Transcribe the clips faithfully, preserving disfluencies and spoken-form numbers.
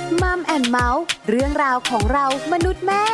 มัมแอนด์เมาส์เรื่องราวของเรามนุษย์แม่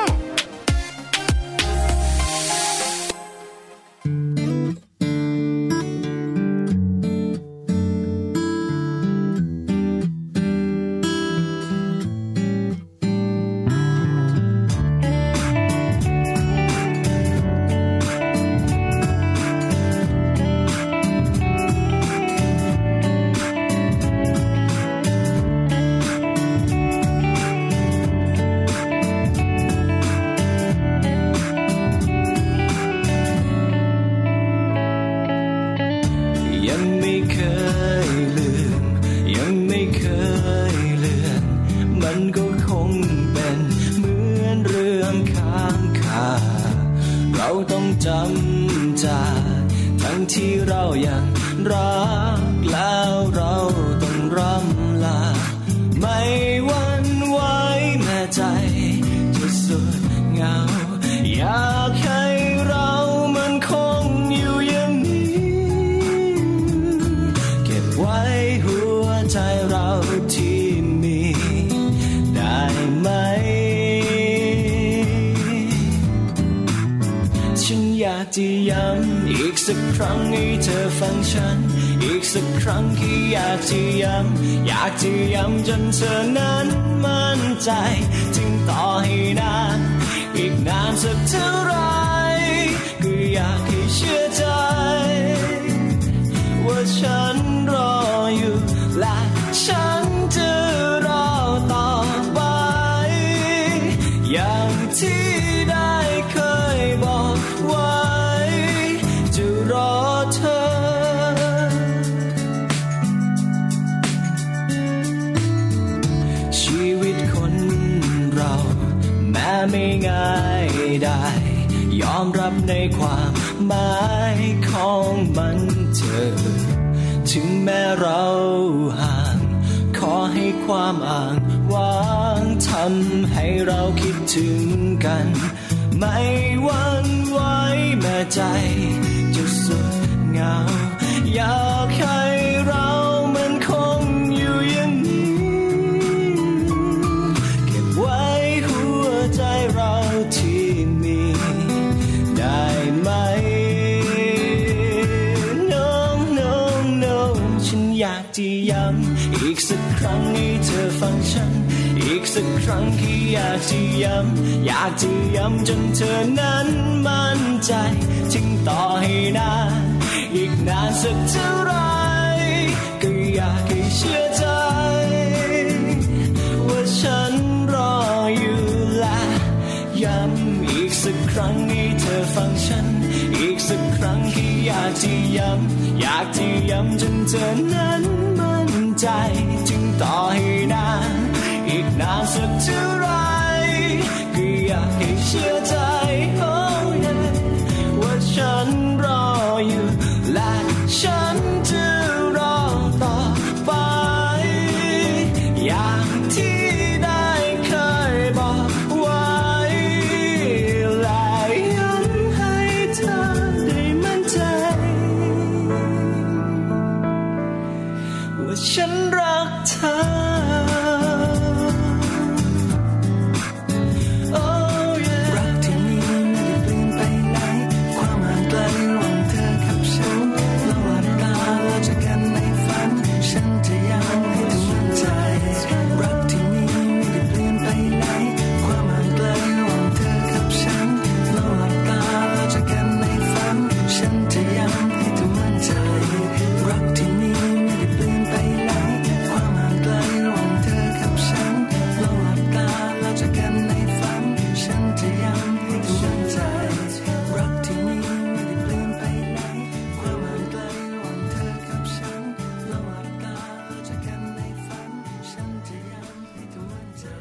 จะย้ำอีกสักครั้งให้เธอฟังฉันอีกสักครั้งที่อยากจะย้ำอยากจะย้ำจนเธอนั้นมั่นใจจึงต่อให้นานอีกนานสักเท่าไรก็อยากให้เชื่อใจว่าฉันรออยู่และฉันจะรอต่อไปอย่างที่ได้เคยบอกไว้จะรอเธอชีวิตคนเราแม้ไม่ง่ายได้ยอมรับในความหมายของมันเธอถึงแม้เราห่างขอให้ความอ่างว้างทำให้เราคิดถึงกันไม่หวั่นไหวแม้ใจจะสุดเหงาอยากให้เรามันคงอยู่อย่างนี้เก็บไว้หัวใจเราที่มีได้ไหม No No No ฉันอยากจะย้ำอีกสักครั้งให้เธอฟังฉันอีกสักครั้งที่อยากจะย้ำอยากจะย้ำจนเธอนั้นมั่นใจจึงต่อให้นานอีกนานสักเท่าไรก็อยากให้เชื่อใจว่าฉันรออยู่และย้ำอีกสักครั้งให้เธอฟังฉันอีกสักครั้งที่อยากจะย้ำอยากจะย้ำจนเธอนั้นมั่นใจจึงต่อให้นานอีกนานสักเท่าไรก็อยากให้เชื่อใจ oh yeah ว่าฉันรออยู่และฉันจะรอต่อไปอย่างที่ได้เคยบอกไว้และย้ำให้เธอได้มั่นใจว่าฉันรักเธอรัก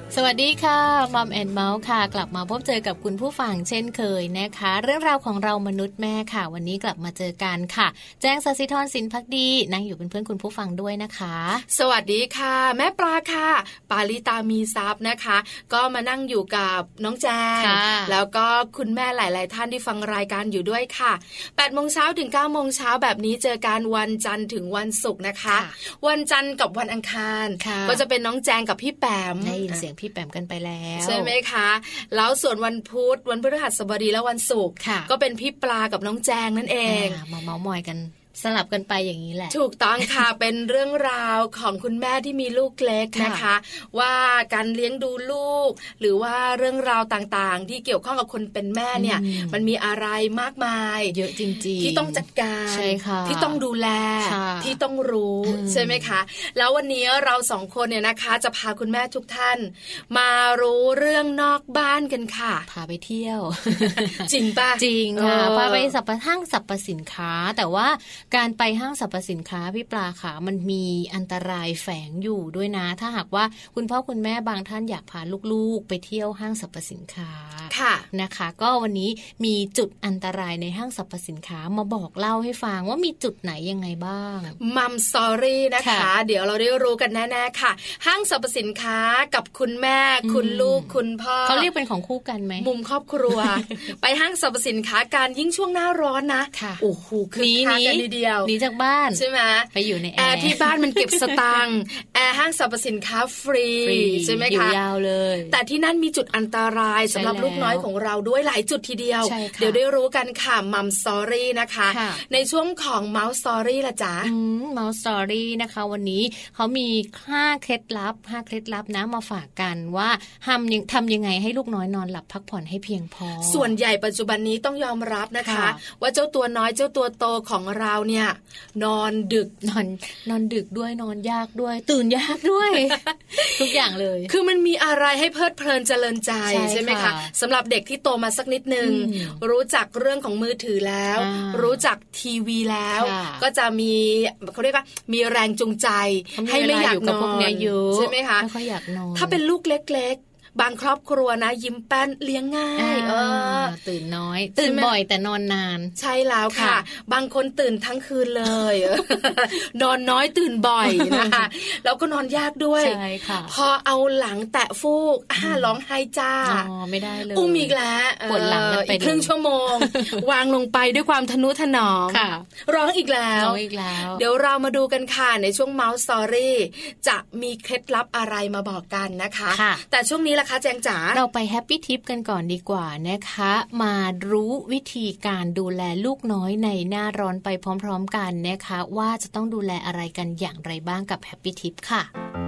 สวัสดีค่ะมัมแอนด์เมาส์ค่ะกลับมาพบเจอกับคุณผู้ฟังเช่นเคยนะคะเรื่องราวของเรามนุษย์แม่ค่ะวันนี้กลับมาเจอกันค่ะแจ้งสัสิธรสินภักดีนั่งอยู่เป็นเพื่อนคุณผู้ฟังด้วยนะคะสวัสดีค่ะแม่ปลาค่ะปาลิตามีซับนะคะก็มานั่งอยู่กับน้องแจงแล้วก็คุณแม่หลายๆท่านที่ฟังรายการอยู่ด้วยค่ะแปดโมงเช้าถึงเก้าโมงเช้าแบบนี้เจอกันวันจันทร์ถึงวันศุกร์นะคะวันจันทร์กับวันอังคารก็จะเป็นน้องแจงกับพี่แปมได้ยินเสียงพี่แปมกันไปแล้วใช่ไหมคะแล้วส่วนวันพุธวันพฤหัสบดีและวันศุกร์ก็เป็นพี่ปลากับน้องแจงนั่นเองมาเมาท์มอยกันสลับกันไปอย่างนี้แหละถูกต้องค่ะ เป็นเรื่องราวของคุณแม่ที่มีลูกเล็กนะคะว่าการเลี้ยงดูลูกหรือว่าเรื่องราวต่างๆที่เกี่ยวข้องกับคนเป็นแม่เนี่ยมันมีอะไรมากมายเยอะจริงๆที่ต้องจัดการใช่ค่ะที่ต้องดูแลที่ต้องรู้ใช่ไหมคะแล้ววันนี้เราสองคนเนี่ยนะคะจะพาคุณแม่ทุกท่านมารู้เรื่องนอกบ้านกันค่ะพาไปเที่ยวจริงป่ะจริงค่ะพาไปสัปปะห้างสรรพสินค้าแต่ว่าการไปห้างสรรพสินค้าพี่ปลาค่ะมันมีอันตรายแฝงอยู่ด้วยนะถ้าหากว่าคุณพ่อคุณแม่บางท่านอยากพาลูกๆไปเที่ยวห้างสรรพสินค้าค่ะนะคะก็วันนี้มีจุดอันตรายในห้างสรรพสินค้ามาบอกเล่าให้ฟังว่ามีจุดไหนยังไงบ้างมัมสตอรี่นะคะเดี๋ยวเราได้รู้กันแน่ๆค่ะห้างสรรพสินค้ากับคุณแม่คุณลูกคุณพ่อเขาเรียกเป็นของคู่กันไหมมุมครอบครัว ไปห้างสรรพสินค้าการยิ่งช่วงหน้าร้อนนะโอ้โหคือคักกันทีเดียวหนีจากบ้านใช่ไหมไปอยู่ในแอร์ที่บ้านมันเก็บสตางค์แอร์ห้างสรรพสินค้าฟรีใช่ไหมคะอยู่ยาวเลยแต่ที่นั่นมีจุดอันตรายสำหรับลูกน้อยของเราด้วยหลายจุดทีเดียวเดี๋ยวได้รู้กันค่ะมัมสตอรี่นะคะในช่วงของเมาส์สตอรี่ละจ๊ะเมาส์สตอรี่นะคะวันนี้เขามีห้าเคล็ดลับห้าเคล็ดลับนะมาฝากกันว่าทำยังทำยังไงให้ลูกน้อยนอนหลับพักผ่อนให้เพียงพอส่วนใหญ่ปัจจุบันนี้ต้องยอมรับนะคะว่าเจ้าตัวน้อยเจ้าตัวโตของเราเนี่ยนอนดึกนอนนอนดึกด้วยนอนยากด้วยตื่นยากด้วย ทุกอย่างเลยคือมันมีอะไรให้เพลิดเพลินเจริญใจใช่ไหมคะสำหรับเด็กที่โตมาสักนิดนึงรู้จักเรื่องของมือถือแล้วรู้จักทีวีแล้วก็จะมีเขาเรียกว่ามีแรงจูงใจให้ไม่อยากนอนใช่ไหมคะไม่ค่อยอยากนอนถ้าเป็นลูกเล็กบางครอบครัวนะยิ้มแป้นเลี้ยงง่ายเออตื่นน้อยตื่นบ่อยแต่นอนนานใช่แล้วค่ะบางคนตื่นทั้งคืนเลยนอนน้อยตื่นบ่อยนะคะแล้วก็นอนยากด้วยใช่ค่ะพอเอาหลังแตะฟูกร้องไห้จ้าอ๋อไม่ได้เลยอุ้มอีกแล้วปวดหลังอีกครึ่งชั่วโมงวางลงไปด้วยความทนุถนอมร้องอีกแล้วร้องอีกแล้วเดี๋ยวเรามาดูกันค่ะในช่วง Mouse Story จะมีเคล็ดลับอะไรมาบอกกันนะคะแต่ช่วงนี้แจงจ๋าเราไปแฮปปี้ทิปกันก่อนดีกว่านะคะมารู้วิธีการดูแลลูกน้อยในหน้าร้อนไปพร้อมๆกันนะคะว่าจะต้องดูแลอะไรกันอย่างไรบ้างกับแฮปปี้ทิปค่ะ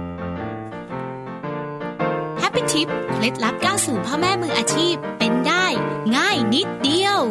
แฮปปี้ทิปเคล็ดลับก้าวสู่พ่อแม่มืออาชีพเป็นได้ง่ายนิดเดียว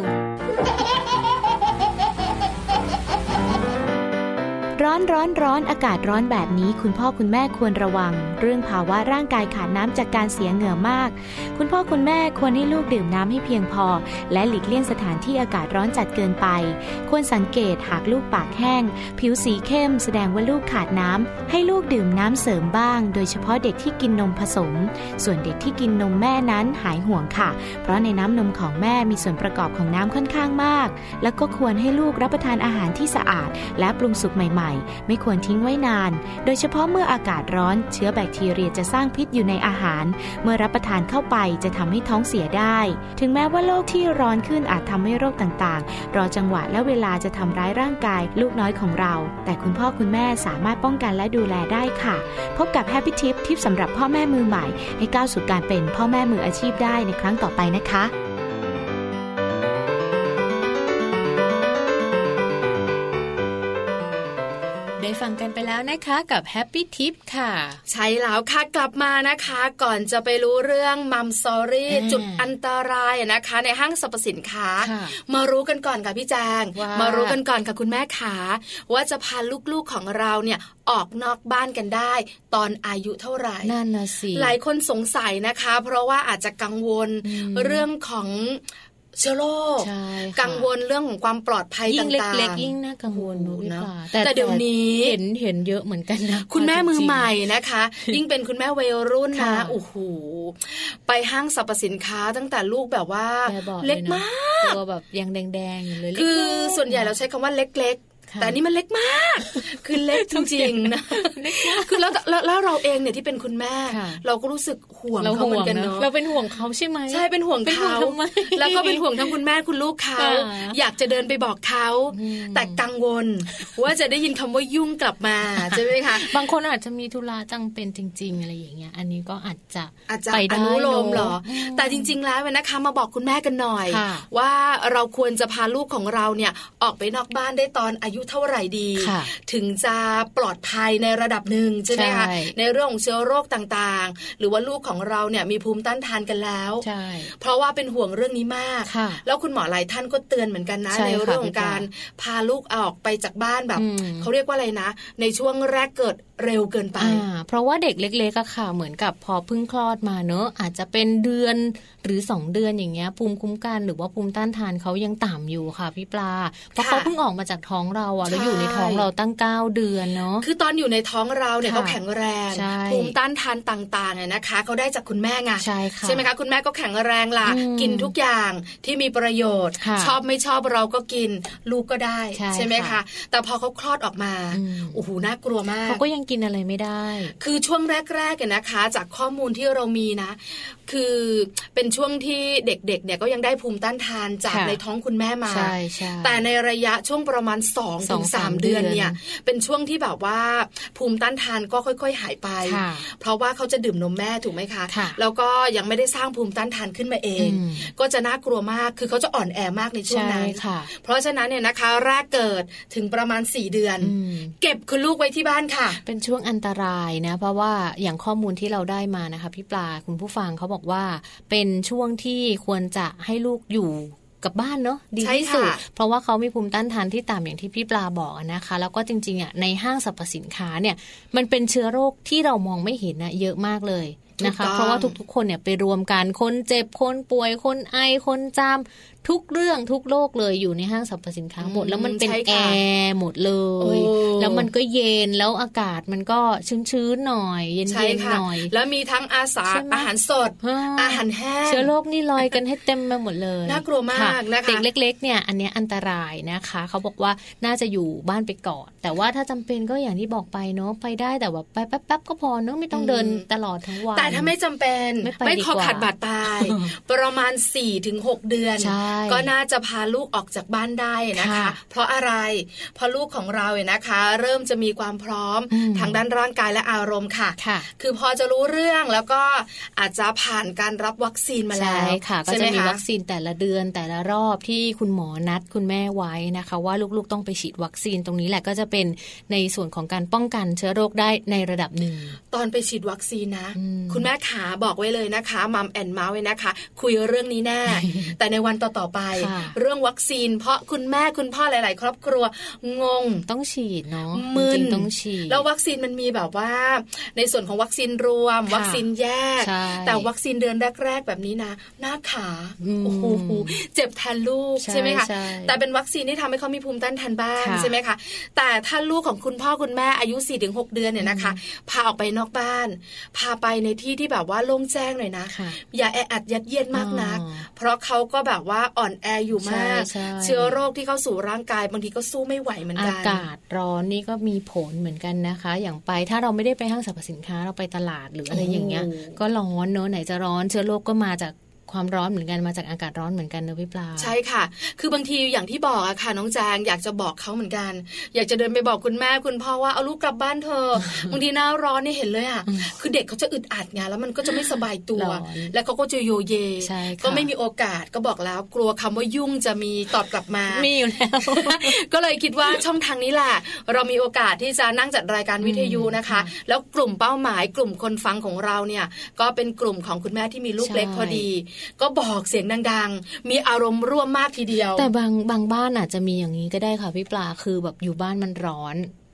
ร้อนร้อนร้อนอากาศร้อนแบบนี้คุณพ่อคุณแม่ควรระวังเรื่องภาวะร่างกายขาดน้ำจากการเสียเหงื่อมากคุณพ่อคุณแม่ควรให้ลูกดื่มน้ำให้เพียงพอและหลีกเลี่ยงสถานที่อากาศร้อนจัดเกินไปควรสังเกตหากลูกปากแห้งผิวสีเข้มแสดงว่าลูกขาดน้ำให้ลูกดื่มน้ำเสริมบ้างโดยเฉพาะเด็กที่กินนมผสมส่วนเด็กที่กินนมแม่นั้นหายห่วงค่ะเพราะในน้ำนมของแม่มีส่วนประกอบของน้ำค่อนข้างมากแล้วก็ควรให้ลูกรับประทานอาหารที่สะอาดและปรุงสุกใหม่ๆไม่ควรทิ้งไว้นานโดยเฉพาะเมื่ออากาศร้อนเชื้อแบคทีเรียจะสร้างพิษอยู่ในอาหารเมื่อรับประทานเข้าไปจะทำให้ท้องเสียได้ถึงแม้ว่าโลกที่ร้อนขึ้นอาจทำให้โรคต่างๆรอจังหวะและเวลาจะทำร้ายร่างกายลูกน้อยของเราแต่คุณพ่อคุณแม่สามารถป้องกันและดูแลได้ค่ะพบกับ Happy Tip ทิปสำหรับพ่อแม่มือใหม่ให้ก้าวสู่การเป็นพ่อแม่มืออาชีพได้ในครั้งต่อไปนะคะได้ฟังกันไปแล้วนะคะกับ Happy Tip ค่ะใช่แล้วค่ะกลับมานะคะก่อนจะไปรู้เรื่องมัมสตอรี่จุดอันตรายนะคะในห้างสรรพสินค้ามารู้กันก่อนค่ะพี่แจงมารู้กันก่อนค่ะคุณแม่ขาว่าจะพาลูกๆของเราเนี่ยออกนอกบ้านกันได้ตอนอายุเท่าไหร่นั่นน่ะสิหลายคนสงสัยนะคะเพราะว่าอาจจะกังวลเรื่องของเชื้อโรคกังวลเรื่องของความปลอดภัยต่างๆยิ่งเล็กๆยิ่งน่ากังวลนะแต่เดี๋ยวนี้เห็นเห็นเยอะเหมือนกันนะคุณแม่มือใหม่นะคะยิ่งเป็นคุณแม่วัยรุ่นนะโอ้โหไปห้างสรรพสินค้าตั้งแต่ลูกแบบว่าเล็กมากตัวแบบยังแดงๆอยู่เลยคือส่วนใหญ่เราใช้คำว่าเล็กแต่นี่มันเล็กมากคือเล็กจริงๆนะคือแล้วแล้วเราเองเนี่ยที่เป็นคุณแม่เราก็รู้สึกห่วงเขาเหมือนกันเนาะเราเป็นห่วงเขาใช่ไหมใช่เป็นห่วงเขาแล้วก็เป็นห่วงทั้งคุณแม่คุณลูกเขาอยากจะเดินไปบอกเขาแต่กังวลว่าจะได้ยินคำว่ายุ่งกลับมาใช่ไหมคะบางคนอาจจะมีธุระจำเป็นจริงๆอะไรอย่างเงี้ยอันนี้ก็อาจจะอาจจะอนุโลมหรอแต่จริงๆแล้วนะคะมาบอกคุณแม่กันหน่อยว่าเราควรจะพาลูกของเราเนี่ยออกไปนอกบ้านได้ตอนอายุเท่าไหร่ดีถึงจะปลอดภัยในระดับหนึ่งใช่ไหมคะในเรื่องของเชื้อโรคต่างๆหรือว่าลูกของเราเนี่ยมีภูมิต้านทานกันแล้วเพราะว่าเป็นห่วงเรื่องนี้มากแล้วคุณหมอหลายท่านก็เตือนเหมือนกันนะ ในเรื่องของการพาลูกออกไปจากบ้านแบบเขาเรียกว่าอะไรนะในช่วงแรกเกิดเร็วเกินไปเพราะว่าเด็กเล็กๆอะค่ะเหมือนกับพอเพิ่งคลอดมาเนอะอาจจะเป็นเดือนหรือสองเดือนอย่างเงี้ยภูมิคุ้มกันหรือว่าภูมิต้านทานเขายังต่ำอยู่ค่ะพี่ปลาเพราะเขาเพิ่งออกมาจากท้องเราอะแล้วอยู่ในท้องเราตั้งเก้าเดือนเนาะคือตอนอยู่ในท้องเราเนี่ยเขาแข็งแรงภูมิต้านทานต่างๆเนี่ยนะคะเขาได้จากคุณแม่ไงใช่ใช่ไหมคะคุณแม่ก็แข็งแรงล่ะกินทุกอย่างที่มีประโยชน์ชอบไม่ชอบเราก็กินลูกก็ได้ใช่ไหมคะแต่พอเขาคลอดออกมาโอ้โหน่ากลัวมากเขาก็ยังกินอะไรไม่ได้คือช่วงแรกๆเนี่ยนะคะจากข้อมูลที่เรามีนะคือเป็นช่วงที่เด็กๆเนี่ยก็ยังได้ภูมิต้านทานจากในท้องคุณแม่มาแต่ในระยะช่วงประมาณ สองถึงสาม เดือนเนี่ยเป็นช่วงที่แบบว่าภูมิต้านทานก็ค่อยๆหายไปเพราะว่าเขาจะดื่มนมแม่ถูกไหมคะแล้วก็ยังไม่ได้สร้างภูมิต้านทานขึ้นมาเองก็จะน่ากลัวมากคือเขาจะอ่อนแอมากในช่วงนั้นเพราะฉะนั้นเนี่ยนะคะแรกเกิดถึงประมาณสี่เดือนเก็บคุณลูกไว้ที่บ้านค่ะเป็นช่วงอันตรายนะเพราะว่าอย่างข้อมูลที่เราได้มานะคะพี่ปลาคุณผู้ฟังเขาบอกว่าเป็นช่วงที่ควรจะให้ลูกอยู่กับบ้านเนาะดีที่สุดเพราะว่าเขามีภูมิต้านทานที่ต่ำอย่างที่พี่ปลาบอกนะคะแล้วก็จริงๆอ่ะในห้างสรรพสินค้าเนี่ยมันเป็นเชื้อโรคที่เรามองไม่เห็นนะเยอะมากเลยนะคะเพราะว่าทุกๆคนเนี่ยไปรวมกันคนเจ็บคนป่วยคนไอคนจามทุกเรื่องทุกโรคเลยอยู่ในห้างสรรพสินค้าหมดแล้วมันเป็นแอร์หมดเลยแล้วมันก็เย็นแล้วอากาศมันก็ชื้นๆหน่อยเย็นๆหน่อยแล้วมีทั้งอาสาอาหารสดอาหารแห้งเชื้อโรคนี่ลอยกันให้เต็มไปหมดเลยน่ากลัวมากนะคะเด็กเล็กๆเนี่ยอันนี้อันตรายนะคะเขาบอกว่าน่าจะอยู่บ้านไปก่อนแต่ว่าถ้าจำเป็นก็อย่างที่บอกไปเนาะไปได้แต่ว่าไปแป๊บๆก็พอเนาะไม่ต้องเดินตลอดทั้งวันแต่ถ้าไม่จำเป็นไม่คอขาดบาดตายประมาณ สี่ถึงหก เดือนก็น่าจะพาลูกออกจากบ้านได้นะคะเพราะอะไรเพราะลูกของเราเนี่ยนะคะเริ่มจะมีความพร้อมทางด้านร่างกายและอารมณ์ค่ะคือพอจะรู้เรื่องแล้วก็อาจจะผ่านการรับวัคซีนมาแล้วใช่ค่ะก็จะมีวัคซีนแต่ละเดือนแต่ละรอบที่คุณหมอนัดคุณแม่ไว้นะคะว่าลูกๆต้องไปฉีดวัคซีนตรงนี้แหละก็จะเป็นในส่วนของการป้องกันเชื้อโรคได้ในระดับหนึ่งตอนไปฉีดวัคซีนนะคุณแม่ขาบอกไว้เลยนะคะมัมแอนด์เมาส์ไว้นะคะคุยเรื่องนี้แน่ แต่ในวันต่อๆไปเรื่องวัคซีนเพราะคุณแม่คุณพ่อหลายๆครอบครัวงงต้องฉีดเนาะมึนต้องฉีดแล้ววัคซีนมันมีแบบว่าในส่วนของวัคซีนรวมวัคซีนแยกแต่วัคซีนเดือนแรกๆแบบนี้นะหน้าขาโอ้โหเจ็บแทนลูกใช่ไหมคะแต่เป็นวัคซีนที่ทำให้เขามีภูมิต้านทานบ้างใช่ไหมคะแต่ถ้าลูกของคุณพ่อคุณแม่อายุ สี่ถึงหก เดือนเนี่ยนะคะพาออกไปนอกบ้านพาไปในที่ที่แบบว่าโล่งแจ้งหน่อยนะอย่าแออัดยัดเยียดมากนักเพราะเขาก็แบบว่าอ่อนแออยู่มากเชื้อโรคที่เข้าสู่ร่างกายบางทีก็สู้ไม่ไหวเหมือนกันอากาศร้อนนี่ก็มีผลเหมือนกันนะคะอย่างไปถ้าเราไม่ได้ไปห้างสรรพสินค้าเราไปตลาดหรืออะไรอย่างเงี้ยก็ร้อนเนอะไหนจะร้อนเชื้อโรคก็มาจากความร้อนเหมือนกันมาจากอากาศร้อนเหมือนกันเนอะพี่ปลาใช่ค่ะคือบางทีอย่างที่บอกอะค่ะน้องแจงอยากจะบอกเขาเหมือนกันอยากจะเดินไปบอกคุณแม่คุณพ่อว่าเอาลูกกลับบ้านเธอบางทีหน้าร้อนนี่เห็นเลยอะคือเด็กเขาจะอึดอัดไงแล้วมันก็จะไม่สบายตัวแล้วเขาก็จะโยเยก็ไม่มีโอกาสก็บอกแล้วกลัวคำว่ายุ่งจะมีตอบกลับมามีอยู่แล้วก็เลยคิดว่าช่องทางนี้แหละเรามีโอกาสที่จะนั่งจัดรายการวิทยุนะคะแล้วกลุ่มเป้าหมายกลุ่มคนฟังของเราเนี่ยก็เป็นกลุ่มของคุณแม่ที่มีลูกเล็กพอดีก็บอกเสียงดังๆมีอารมณ์ร่วมมากทีเดียวแต่บางบางบ้านอาจจะมีอย่างนี้ก็ได้ค่ะพี่ปลาคือแบบอยู่บ้านมันร้อน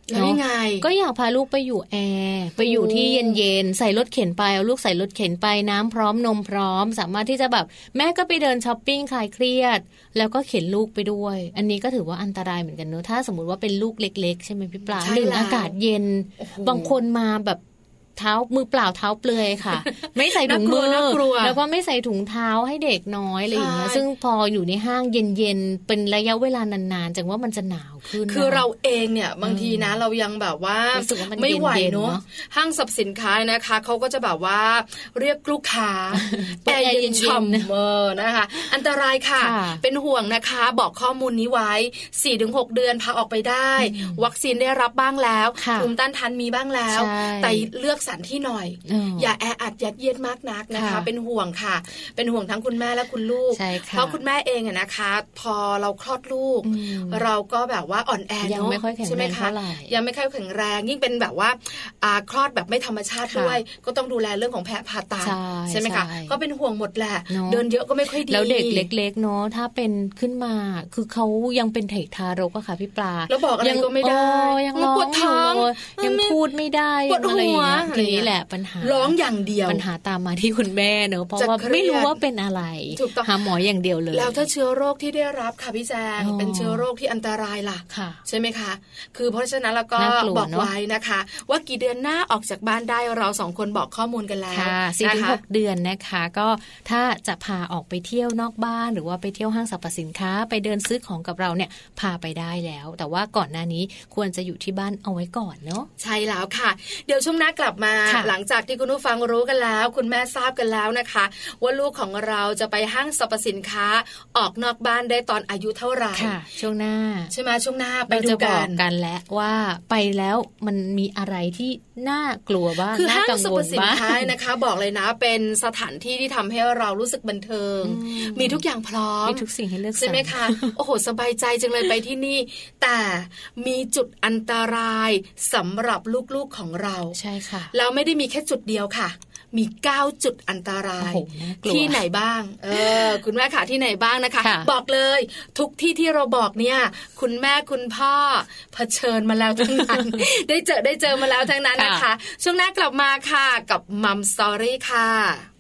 แล้วยังไงก็อยากพาลูกไปอยู่แอร์ไปอยู่ที่เย็นๆใส่รถเข็นไปเอาลูกใส่รถเข็นไปน้ำพร้อมนมพร้อมสามารถที่จะแบบแม่ก็ไปเดินช้อปปิ้งคลายเครียดแล้วก็เข็นลูกไปด้วยอันนี้ก็ถือว่าอันตรายเหมือนกันเนอะถ้าสมมุติว่าเป็นลูกเล็กๆใช่ไหมพี่ปลาหนึ่งอากาศเย็นบางคนมาแบบเท้ามือเปล่าเท้าเปลือยค่ะไม่ใส่ถุงมือแล้วก็ไม่ใส่ถุงเท้าให้เด็กน้อยอะไรอย่างเงี้ยซึ่งพออยู่ในห้างเย็นๆเป็นระยะเวลานานๆจังว่ามันจะหนาวขึ้นคือเราเองเนี่ยบางทีนะเรายังแบบว่าไม่ไหวเนาะห้างสรรพสินค้านะคะเขาก็จะแบบว่าเรียกลูกค้าแอร์เย็นฉ่ำเออนะคะอันตรายค่ะเป็นห่วงนะคะบอกข้อมูลนี้ไว้ สี่ถึงหก เดือนพาออกไปได้วัคซีนได้รับบ้างแล้วภูมิต้านทานมีบ้างแล้วแต่เลือกสถานที่หน่อยอย่าแออัดยัดเยียดมากนักนะคะเป็นห่วงค่ะเป็นห่วงทั้งคุณแม่และคุณลูกเพราะคุณแม่เองอะนะคะพอเราคลอดลูกเราก็แบบว่าอ่อนแอเนาะใช่ไหมคะยังไม่ค่อยแข็งแรงยิ่งเป็นแบบว่าคลอดแบบไม่ธรรมชาติด้วยก็ต้องดูแลเรื่องของแผลผ่าตัดใช่ไหมคะก็เป็นห่วงหมดแหละเดินเยอะก็ไม่ค่อยดีแล้วเด็กเล็กๆเนาะถ้าเป็นขึ้นมาคือเขายังเป็นเด็กทารกอะค่ะพี่ปลาแล้วบอกอะไรก็ไม่ได้ยังร้องปวดท้องยังพูดไม่ได้ยังอะไรอย่างเงี้ยนี่แหละปัญหาร้องอย่างเดียวปัญหาตามมาที่คุณแม่เนอะเพราะว่าไม่รู้ว่าเป็นอะไรหาหมออย่างเดียวเลยแล้วถ้าเชื้อโรคที่ได้รับค่ะพี่แจงเป็นเชื้อโรคที่อันตรายล่ะใช่ไหมคะคือเพราะฉะนั้นแล้วก็บอกไว้นะคะว่ากี่เดือนหน้าออกจากบ้านได้เราสองคนบอกข้อมูลกันแล้วสี่ถึงหกเดือนนะคะก็ถ้าจะพาออกไปเที่ยวนอกบ้านหรือว่าไปเที่ยวห้างสรรพสินค้าไปเดินซื้อของกับเราเนี่ยพาไปได้แล้วแต่ว่าก่อนหน้านี้ควรจะอยู่ที่บ้านเอาไว้ก่อนเนาะใช่แล้วค่ะเดี๋ยวช่วงหน้ากลับมาหลังจากที่คุณผู้ฟังรู้กันแล้วคุณแม่ทราบกันแล้วนะคะว่าลูกของเราจะไปห้างสรรพสินค้าออกนอกบ้านได้ตอนอายุเท่าไหร่ช่วงหน้าใช่ไหมช่วงหน้าไปดูกันกันแล้วว่าไปแล้วมันมีอะไรที่น่ากลัวบ้างคือห้างสรรพสินค้านะคะบอกเลยนะเป็นสถานที่ที่ทำให้เรารู้สึกบันเทิงมีทุกอย่างพร้อมมีทุกสิ่งให้เลือกใช่ไหมคะโอ้โหสบายใจจังเลยไปที่นี่แต่มีจุดอันตรายสำหรับลูกๆของเราใช่ค่ะแล้วไม่ได้มีแค่จุดเดียวค่ะมีเก้าจุดอันตรายที่ไหนบ้างเออคุณแม่ขาที่ไหนบ้างนะคะบอกเลยทุกที่ที่เราบอกเนี่ยคุณแม่คุณพ่อเผชิญมาแล้วทั้งนั้น ได้เจอได้เจอมาแล้วทั้งนั้นนะคะช่วงหน้ากลับมาค่ะกับมัมสตอรี่ค่ะ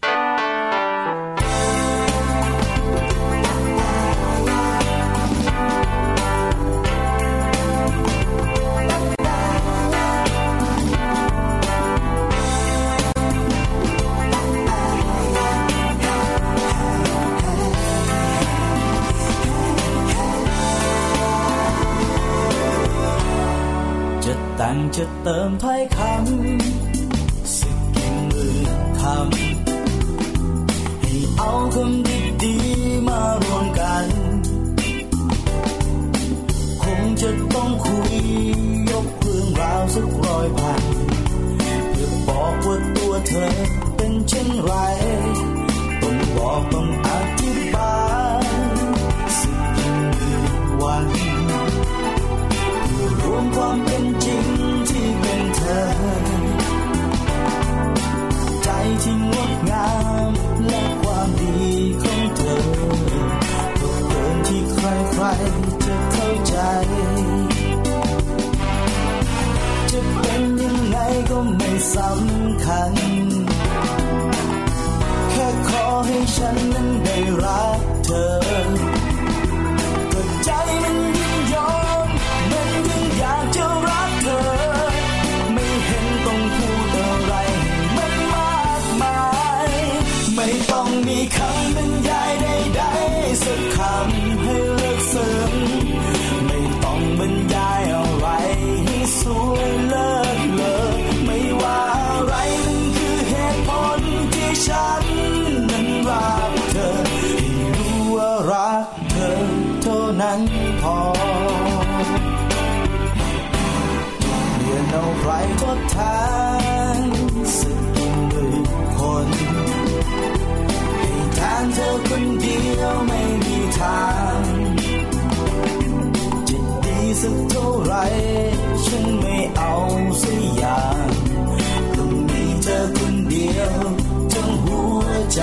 แต่งจะเติมถ้อยคำสักกี่หมื่นคำให้เอาคำดีๆมารวมกันคงจะต้องคุยยกเรื่องราวสักร้อยพันเพื่อบอกว่าตัวเธอเป็นเช่นไรต้องบอกต้องอธิบายสักกี่หมื่นวันรวมความเป็นจริงที่เป็นเธอใจที่งดงามและความดีของเธอก็เกินที่ใครๆจะเข้าใจจะเป็นยังไงก็ไม่สำคัญแค่ขอให้ฉันนั้นได้รักเธอก็ใจมันยิ่งยอมมันยิ่งอยากจะรักเธอไม่เห็นต้องพูดอะไรมันมากมายไม่ต้องมีคำบรรยายใดๆสักคำให้เลิกซึ้งไม่ต้องบรรยายอะไรให้สวยเลิศเลอไม่ว่าอะไรนั่นคือเหตุผลที่ฉันนั้นรักเธอให้รู้ว่ารักเธอเท่านั้นพอเมื่อเอาใครทดแทนสักกี่หมื่นคนให้แทนเธอคนเดียวไม่มีทางจะดีสักเท่าไรฉันไม่เอาสักอย่างต้องมีเธอคนเดียวทั้งหัวใจ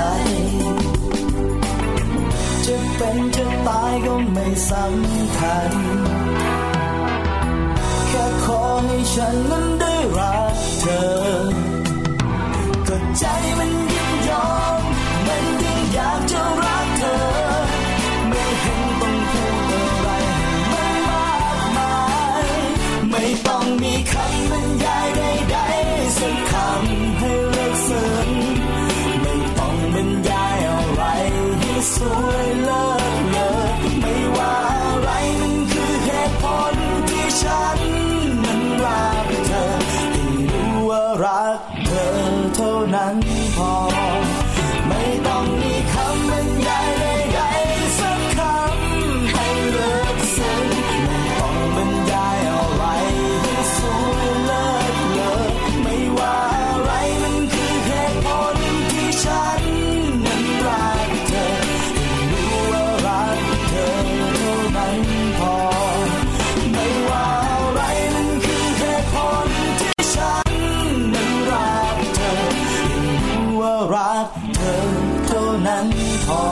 จะเป็นจะตายก็ไม่สำคัญแค่ขอให้ฉันนั้นได้รักเธอก็ใจมันยิ่งยอมมันยิ่งอยากจะรักเธอไม่เห็นต้องพูดอะไรมันมากมายไม่ต้องมีคำบรรยายใดๆสักคำให้เลิกซึ้งไม่ต้องบรรยายอะไรให้สวยเลิศเลอไม่ว่าอะไรมันคือเหตุผลที่ฉันนั้นรักเธอให้รู้ว่ารักเธอเท่านั้นพอไม่ต้องมีคำบรรยายใดๆสักคำให้เลิกซึ้งไม่ต้องบรรยายอะไรให้สวยเลิศเลอไม่ว่าอะไรมันคือเหตุผลที่ฉันนั้นรักเธอให้รู้ว่ารักเธอเท่านั้นพอไม่ว่าอะไรมันคือเหตุผลที่ฉันนั้นรักเธอให้รู้ว่ารักเธอเท่านั้นพอ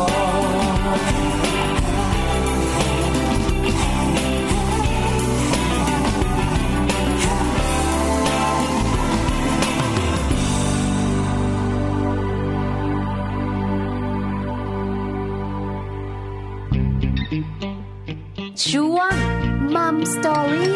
ช่วงมัมสตอรี่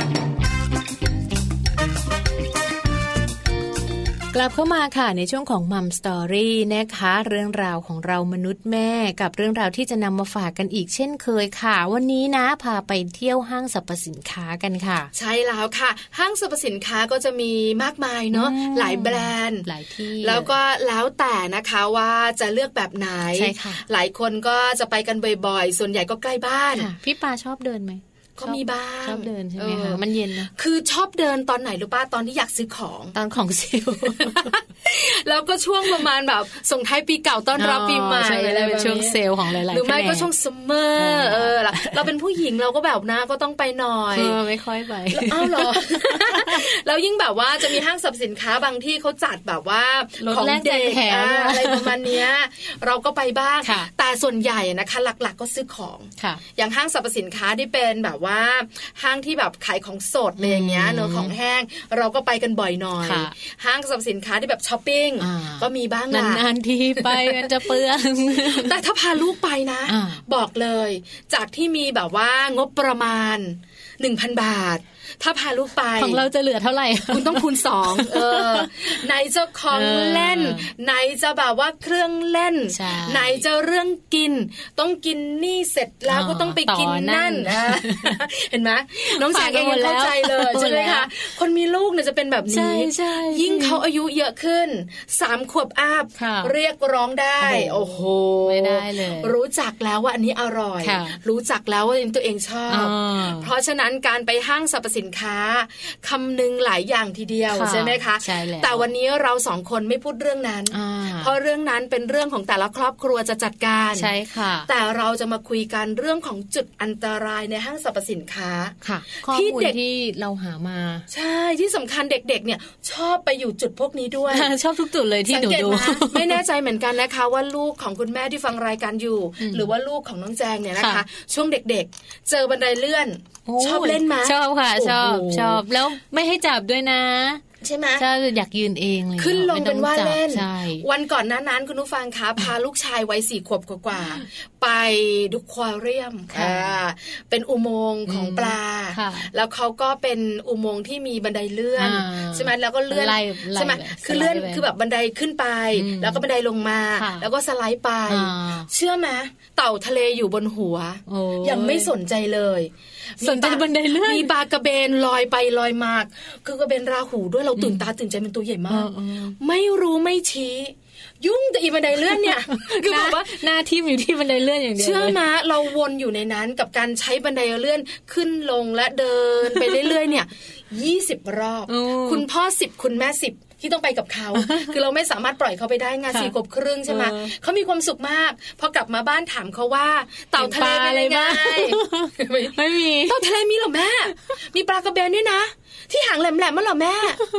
กลับเข้ามาค่ะในช่วงของมัมสตอรี่นะคะเรื่องราวของเรามนุษย์แม่กับเรื่องราวที่จะนำมาฝากกันอีกเช่นเคยค่ะวันนี้นะพาไปเที่ยวห้างสรรพสินค้ากันค่ะใช่แล้วค่ะห้างสรรพสินค้าก็จะมีมากมายเนาะหลายแบรนด์หลายที่แล้วก็แล้วแต่นะคะว่าจะเลือกแบบไหนใช่ค่ะหลายคนก็จะไปกันบ่อยๆส่วนใหญ่ก็ใกล้บ้านพี่ปาชอบเดินไหมก็มีบ้างชอบเดินใช่ไหมคะมันเย็นนะคือชอบเดินตอนไหนรู้ป่ะตอนที่อยากซื้อของตอนของเซลล์แล้วก็ช่วงประมาณแบบส่งท้ายปีเก่าต้อนรับปีใหม่อะไรแบบช่วงเซลล์ของหลายๆหรือไม่ก็ช่วงซัมเมอร์เออเราเป็นผู้หญิงเราก็แบบนะก็ต้องไปหน่อยไม่ค่อยไปอ้าวเหรอแล้วยิ่งแบบว่าจะมีห้างสรรพสินค้าบางที่เขาจัดแบบว่าของเด็กอะไรประมาณนี้เราก็ไปบ้างแต่ส่วนใหญ่นะคะหลักๆก็ซื้อของอย่างห้างสรรพสินค้าที่เป็นแบบว่าห้างที่แบบขายของสดอะไรอย่างเงี้ยเนอะของแห้งเราก็ไปกันบ่อยหน่อยห้างสรรพสินค้าที่แบบช้อปปิ้งก็มีบ้างนะนานๆทีไปมันจะเปลืองแต่ถ้าพาลูกไปนะบอกเลยจากที่มีแบบว่างบประมาณ หนึ่งพัน บาทถ้าพาลูกไปของเราจะเหลือเท่าไหร่คุณต้องคูณสองเออไหนจะของเล่นไหนจะแบบว่าเครื่องเล่นไหนจะเรื่องกินต้องกินนี่เสร็จแล้วก็ต้องไปกินนั่นเห็นไหมน้องแสงเองยังเข้าใจเลยใช่ไหมคะคนมีลูกเนี่ยจะเป็นแบบนี้ยิ่งเขาอายุเยอะขึ้นสามขวบอัพเรียกร้องได้โอ้โหไม่ได้เลยรู้จักแล้วว่าอันนี้อร่อยรู้จักแล้วว่าตัวเองชอบเพราะฉะนั้นการไปห้างสรรพสินค้าคำนึงหลายอย่างทีเดียวใช่ไหมคะแต่วันนี้เราสองคนไม่พูดเรื่องนั้นเพราะเรื่องนั้นเป็นเรื่องของแต่ละครอบครัวจะจัดการใช่ค่ะแต่เราจะมาคุยกันเรื่องของจุดอันตรายในห้างสรรพสินค้าค่ะที่เด็กที่เราหามาใช่ที่สำคัญเด็กๆเนี่ยชอบไปอยู่จุดพวกนี้ด้วยชอบทุกจุดเลยที่หนูดูไม่แน่ใจเหมือนกันนะคะว่าลูกของคุณแม่ที่ฟังรายการอยู่หรือว่าลูกของน้องแจงเนี่ยนะคะช่วงเด็กๆเจอบันไดเลื่อนชอบเล่นมั้ยชอบค่ะชอบชอบแล้วไม่ให้จับด้วยนะใช่ไหมใช่อยากยืนเองเลยขึ้นลงเป็นว่าเล่นวันก่อนหน้านั้นคุณผู้ฟังคะพาลูกชายวัยสี่ขวบกว่าๆไปดูควาเรียมเป็นอุโมงค์ของปลาแล้วเขาก็เป็นอุโมงค์ที่มีบันไดเลื่อนใช่ไหมแล้วก็เลื่อนใช่ไหมคือเลื่อนคือแบบบันไดขึ้นไปแล้วก็บันไดลงมาแล้วก็สไลด์ไปเชื่อไหมเต่าทะเลอยู่บนหัวยังไม่สนใจเลยสนใจบันไดเลื่อนมีปลากระเบนลอยไปลอยมาคือกระเบนราหูด้วยเราตื่นตาตื่นใจมันตัวใหญ่มากไม่รู้ไม่ชี้ยุ่งแต่อีบันไดเลื่อนเนี่ยคือแบบว่าหน้าทิ่มอยู่ที่บันไดเลื่อนอย่างเดียวเชื่อมั้ยเราวนอยู่ในนั้นกับการใช้บันไดเลื่อนขึ้นลงและเดินไปเรื่อยๆเนี่ยยี่สิบรอบคุณพ่อสิบคุณแม่สิบที่ต้องไปกับเขาคือเราไม่สามารถปล่อยเขาไปได้งานสี่ขวบครึ่งใช่ไหมเขามีความสุขมากพอกลับมาบ้านถามเขาว่าเต่าทะเลเป็นยังไงไม่มีเต่าทะเลมีหรอแม่มีปลากระเบนด้วยนะที่หางแหลมๆมั้ยหรอแม่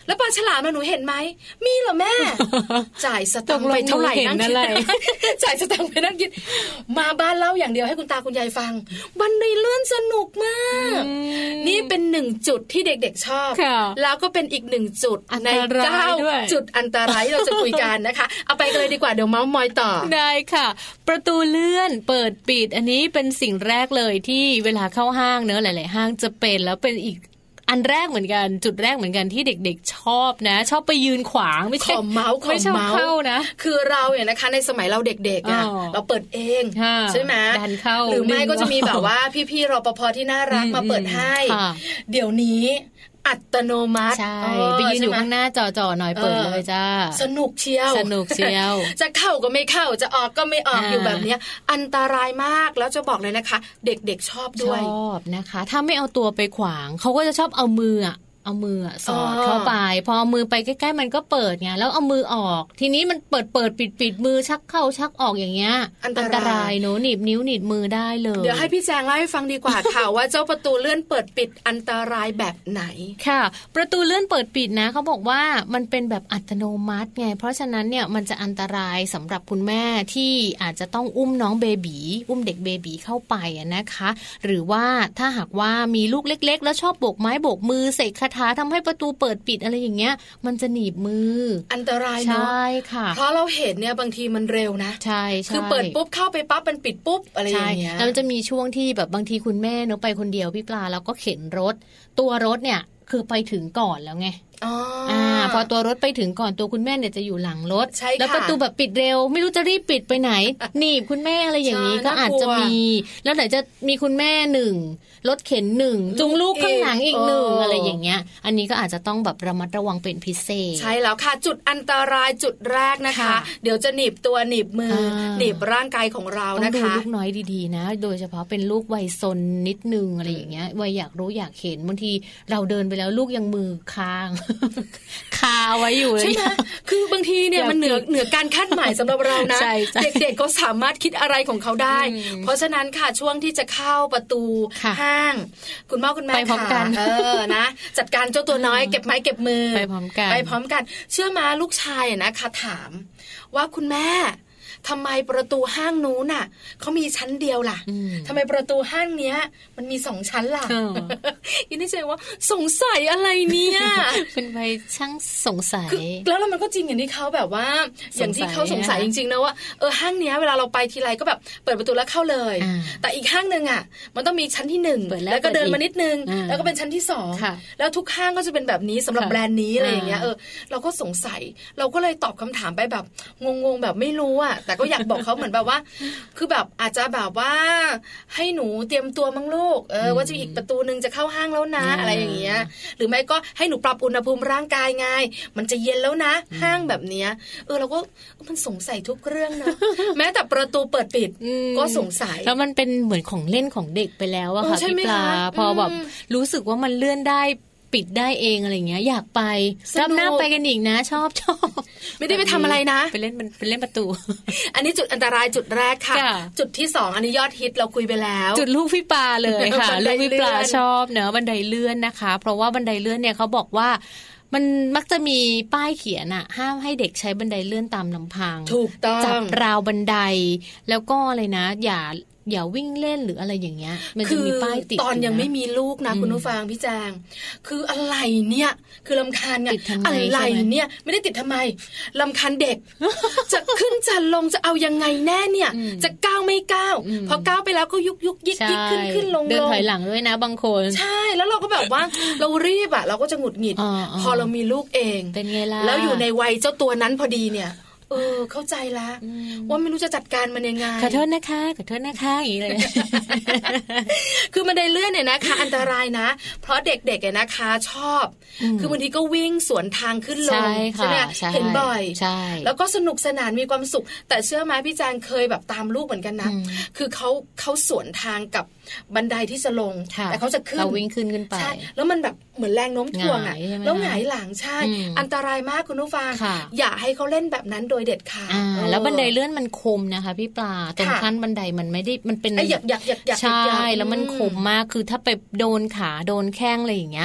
แล้วปลาฉลามหนูเห็นไหมมีเหรอแม่ จ่ายสตังค์ไปเท่าไหร่นั่งคิดจ่ายสตังค์ไปนั่งคิดมาบ้านเล่าอย่างเดียวให้คุณตาคุณยายฟังบันไดเลื่อนสนุกมากนี่เป็นหนึ่งจุดที่เด็กๆชอบแล้วก็เป็นอีกหนึ่งจุดในเก้าจุดอันตรายที่เราจะคุยกันนะคะเอาไปกันเลยดีกว่าเดี๋ยวเมาส์มอยต่อได้ค่ะประตูเลื่อนเปิดปิดอันนี้เป็นสิ่งแรกเลยที่เวลาเข้าห้างเนอะหลายๆห้างจะเป็นแล้วเป็นอีกอันแรกเหมือนกันจุดแรกเหมือนกันที่เด็กๆชอบนะชอบไปยืนขวางไม่ใช่ขอเมาส์ขอเมาส์เข้านะคือเราเนี่ยนะคะในสมัยเราเด็กๆอ่ะเราเปิดเองใช่ไหมดันเข้าหรือไม่ก็จะมีแบบว่าพี่ๆรปภที่น่ารักมาเปิดให้เดี๋ยวนี้อัตโนมัติใช่ไปยืนอยู่ข้างหน้าจ่อๆหน่อยเปิดเลยจ้าสนุกเชียวสนุกเชียวจะเข้าก็ไม่เข้าจะออกก็ไม่ออกอยู่แบบนี้อันตรายมากแล้วจะบอกเลยนะคะเด็กๆชอบด้วยชอบนะคะถ้าไม่เอาตัวไปขวางเขาก็จะชอบเอามือเอามือสอดเข้าไปพอเอามือไปใกล้ๆมันก็เปิดไงแล้วเอามือออกทีนี้มันเปิดเปิดปิดปิดมือชักเข้าชักออกอย่างเงี้ยอันตรายเนอะหนีบนิ้วหนีบมือได้เลยเดี๋ยวให้พี่แจงเล่าให้ฟังดีกว่าค่ะ ว่าเจ้าประตูเลื่อนเปิดปิดอันตรายแบบไหนค่ะประตูเลื่อนเปิดปิดนะเขาบอกว่ามันเป็นแบบอัตโนมัติไงเพราะฉะนั้นเนี่ยมันจะอันตรายสำหรับคุณแม่ที่อาจจะต้องอุ้มน้องเบบีอุ้มเด็กเบบีเข้าไปนะคะหรือว่าถ้าหากว่ามีลูกเล็กๆแล้วชอบโบกไม้โบกมือเสกคาถาทำให้ประตูเปิดปิดอะไรอย่างเงี้ยมันจะหนีบมืออันตรายเนาะใช่ค่ะเพราะเราเห็นเนี่ยบางทีมันเร็วนะใช่ใช่คือเปิดปุ๊บเข้าไปปั๊บมันปิดปุ๊บอะไรอย่างเงี้ยแล้วมันจะมีช่วงที่แบบบางทีคุณแม่เนอะไปคนเดียวพี่ปลาแล้วก็เข็นรถตัวรถเนี่ยคือไปถึงก่อนแล้วไงอ๋ออ่าพอตัวรถไปถึงก่อนตัวคุณแม่เนี่ยจะอยู่หลังรถแล้วประตูแบบปิดเร็วไม่รู้จะรีบปิดไปไหนหนีบคุณแม่อะไรอย่างนี้ก็อาจจะมีแล้วไหนจะมีคุณแม่หนึ่งรถเข็นหนึ่งจุงลูกข้างหลังอีกหนึ่งอะไรอย่างเงี้ยอันนี้ก็อาจจะต้องแบบระมัดระวังเป็นพิเศษใช่แล้วค่ะจุดอันตรายจุดแรกนะคะเดี๋ยวจะหนีบตัวหนีบมือหนีบร่างกายของเรานะคะต้องดูลูกน้อยดีๆนะโดยเฉพาะเป็นลูกวัยซนนิดนึงอะไรอย่างเงี้ยวัยอยากรู้อยากเห็นบางทีเราเดินไปแล้วลูกยังมือค้างคาไว้อยู่ใช่ไหมคือบางทีเนี่ยมันเหนือเหนือการคาดหมายสำหรับเรานะเด็กๆก็สามารถคิดอะไรของเขาได้เพราะฉะนั้นค่ะช่วงที่จะเข้าประตูห้างคุณพ่อคุณแม่ไปพร้อมกันเออนะจัดการเจ้าตัวน้อยเก็บไม้เก็บมือไปพร้อมกันไปพร้อมกันเชื่อมาลูกชายนะคะถามว่าคุณแม่ทำไมประตูห้างนู้นน่ะเขามีชั้นเดียวล่ะทำไมประตูห้างเนี้ยมันมีสองชั้นล่ะยินดีใจว่าสงสัยอะไรเนี่ยเป็นไปช่างสงสัยแล้วแล้วมันก็จริงอย่างที่เขาแบบว่าอย่างที่เขาสงสัยจริงๆนะว่าเออห้างเนี้ยเวลาเราไปทีไรก็แบบเปิดประตูแล้วเข้าเลยแต่อีกห้างนึงอ่ะมันต้องมีชั้นที่หนึ่งแล้วก็เดินมานิดนึงแล้วก็เป็นชั้นที่สองแล้วทุกห้างก็จะเป็นแบบนี้สำหรับแบรนด์นี้อะไรอย่างเงี้ยเออเราก็สงสัยเราก็เลยตอบคำถามไปแบบงงๆแบบไม่รู้อ่ะแต่ก็อยากบอกเขาเหมือนแบบว่าคือแบบอาจจะแบบว่าให้หนูเตรียมตัวมั้งลูกเออว่าจะอีกประตูนึงจะเข้าห้างแล้วนะอะไรอย่างเงี้ยหรือไม่ก็ให้หนูปรับอุณหภูมิร่างกายไงมันจะเย็นแล้วนะห้างแบบเนี้ยเออเราก็มันสงสัยทุกเรื่องนะแม้แต่ประตูเปิดปิดก็สงสัยแล้วมันเป็นเหมือนของเล่นของเด็กไปแล้วอะค่ะพี่ปลาพอแบบรู้สึกว่ามันเลื่อนได้ปิดได้เองอะไรเงี้ยอยากไปรับหน้าไปกันอีกนะชอบชอบไม่ได้ไปทำอะไรนะไปเล่นมันไปเล่นประตูอันนี้จุดอันตรายจุดแรกค่ะจุดที่สองอันนี้ยอดฮิตเราคุยไปแล้วจุดลูกพี่ปลาเลยค่ะลูกพี่ปลาชอบเนอะบันไดเลื่อนนะคะเพราะว่าบันไดเลื่อนเนี่ยเขาบอกว่ามันมักจะมีป้ายเขียนอะห้ามให้เด็กใช้บันไดเลื่อนตามลำพังถูกต้องจับราวบันไดแล้วก็อะไรนะอย่าอย่าวิ่งเล่นหรืออะไรอย่างเงี้ยมันจะมีป้ายติดตอนยังไม่มีลูกนะคุณผู้ฟังพี่แจงคืออะไรเนี่ยคือรำคาญไงอะไรเนี่ยไม่ได้ติดทำไมรำคาญเด็กจะขึ้นจะลงจะเอายังไงแน่เนี่ยจะก้าวไม่ก้าวพอก้าวไปแล้วก็ยุกยุกยิกยิกขึ้นขึ้นลงลงเดินถอยหลังด้วยนะบางคนใช่แล้วเราก็แบบว่าเรารีบอะเราก็จะหงุดหงิดพอเรามีลูกเองเป็นไงล่ะแล้วอยู่ในวัยเจ้าตัวนั้นพอดีเนี่ยเออเข้าใจละว่าไม่รู้จะจัดการมันยังไงขอโทษนะคะขอโทษนะคะอย่างนี้เลยคือบันไดเลื่อนเนี่ยนะคะอันตรายนะเพราะเด็กๆเนี่ยนะคะชอบคือบางทีก็วิ่งสวนทางขึ้นลงใช่ไหมเห็นบ่อยแล้วก็สนุกสนานมีความสุขแต่เชื่อไหมพี่แจงเคยแบบตามลูกเหมือนกันนะคือเขาเขาสวนทางกับบันไดที่จะลงแต่เขาจะขึ้นเราวิ่งขึ้นขึ้นไปแล้วมันแบบเหมือนแรงโน้มถ่วงอ่ะแล้วหงายหลังใช่อันตรายมากคุณผู้ฟังอย่าให้เขาเล่นแบบนั้นโดยเด็ดขาดแล้วบันไดเลื่อนมันคมนะคะพี่ปลาตรงขั้นบันไดมันไม่ได้มันเป็นหยักหยักหยักใช่แล้วมันคมมากคือถ้าไปโดนขาโดนแข้งอะไรอย่างเงี้ย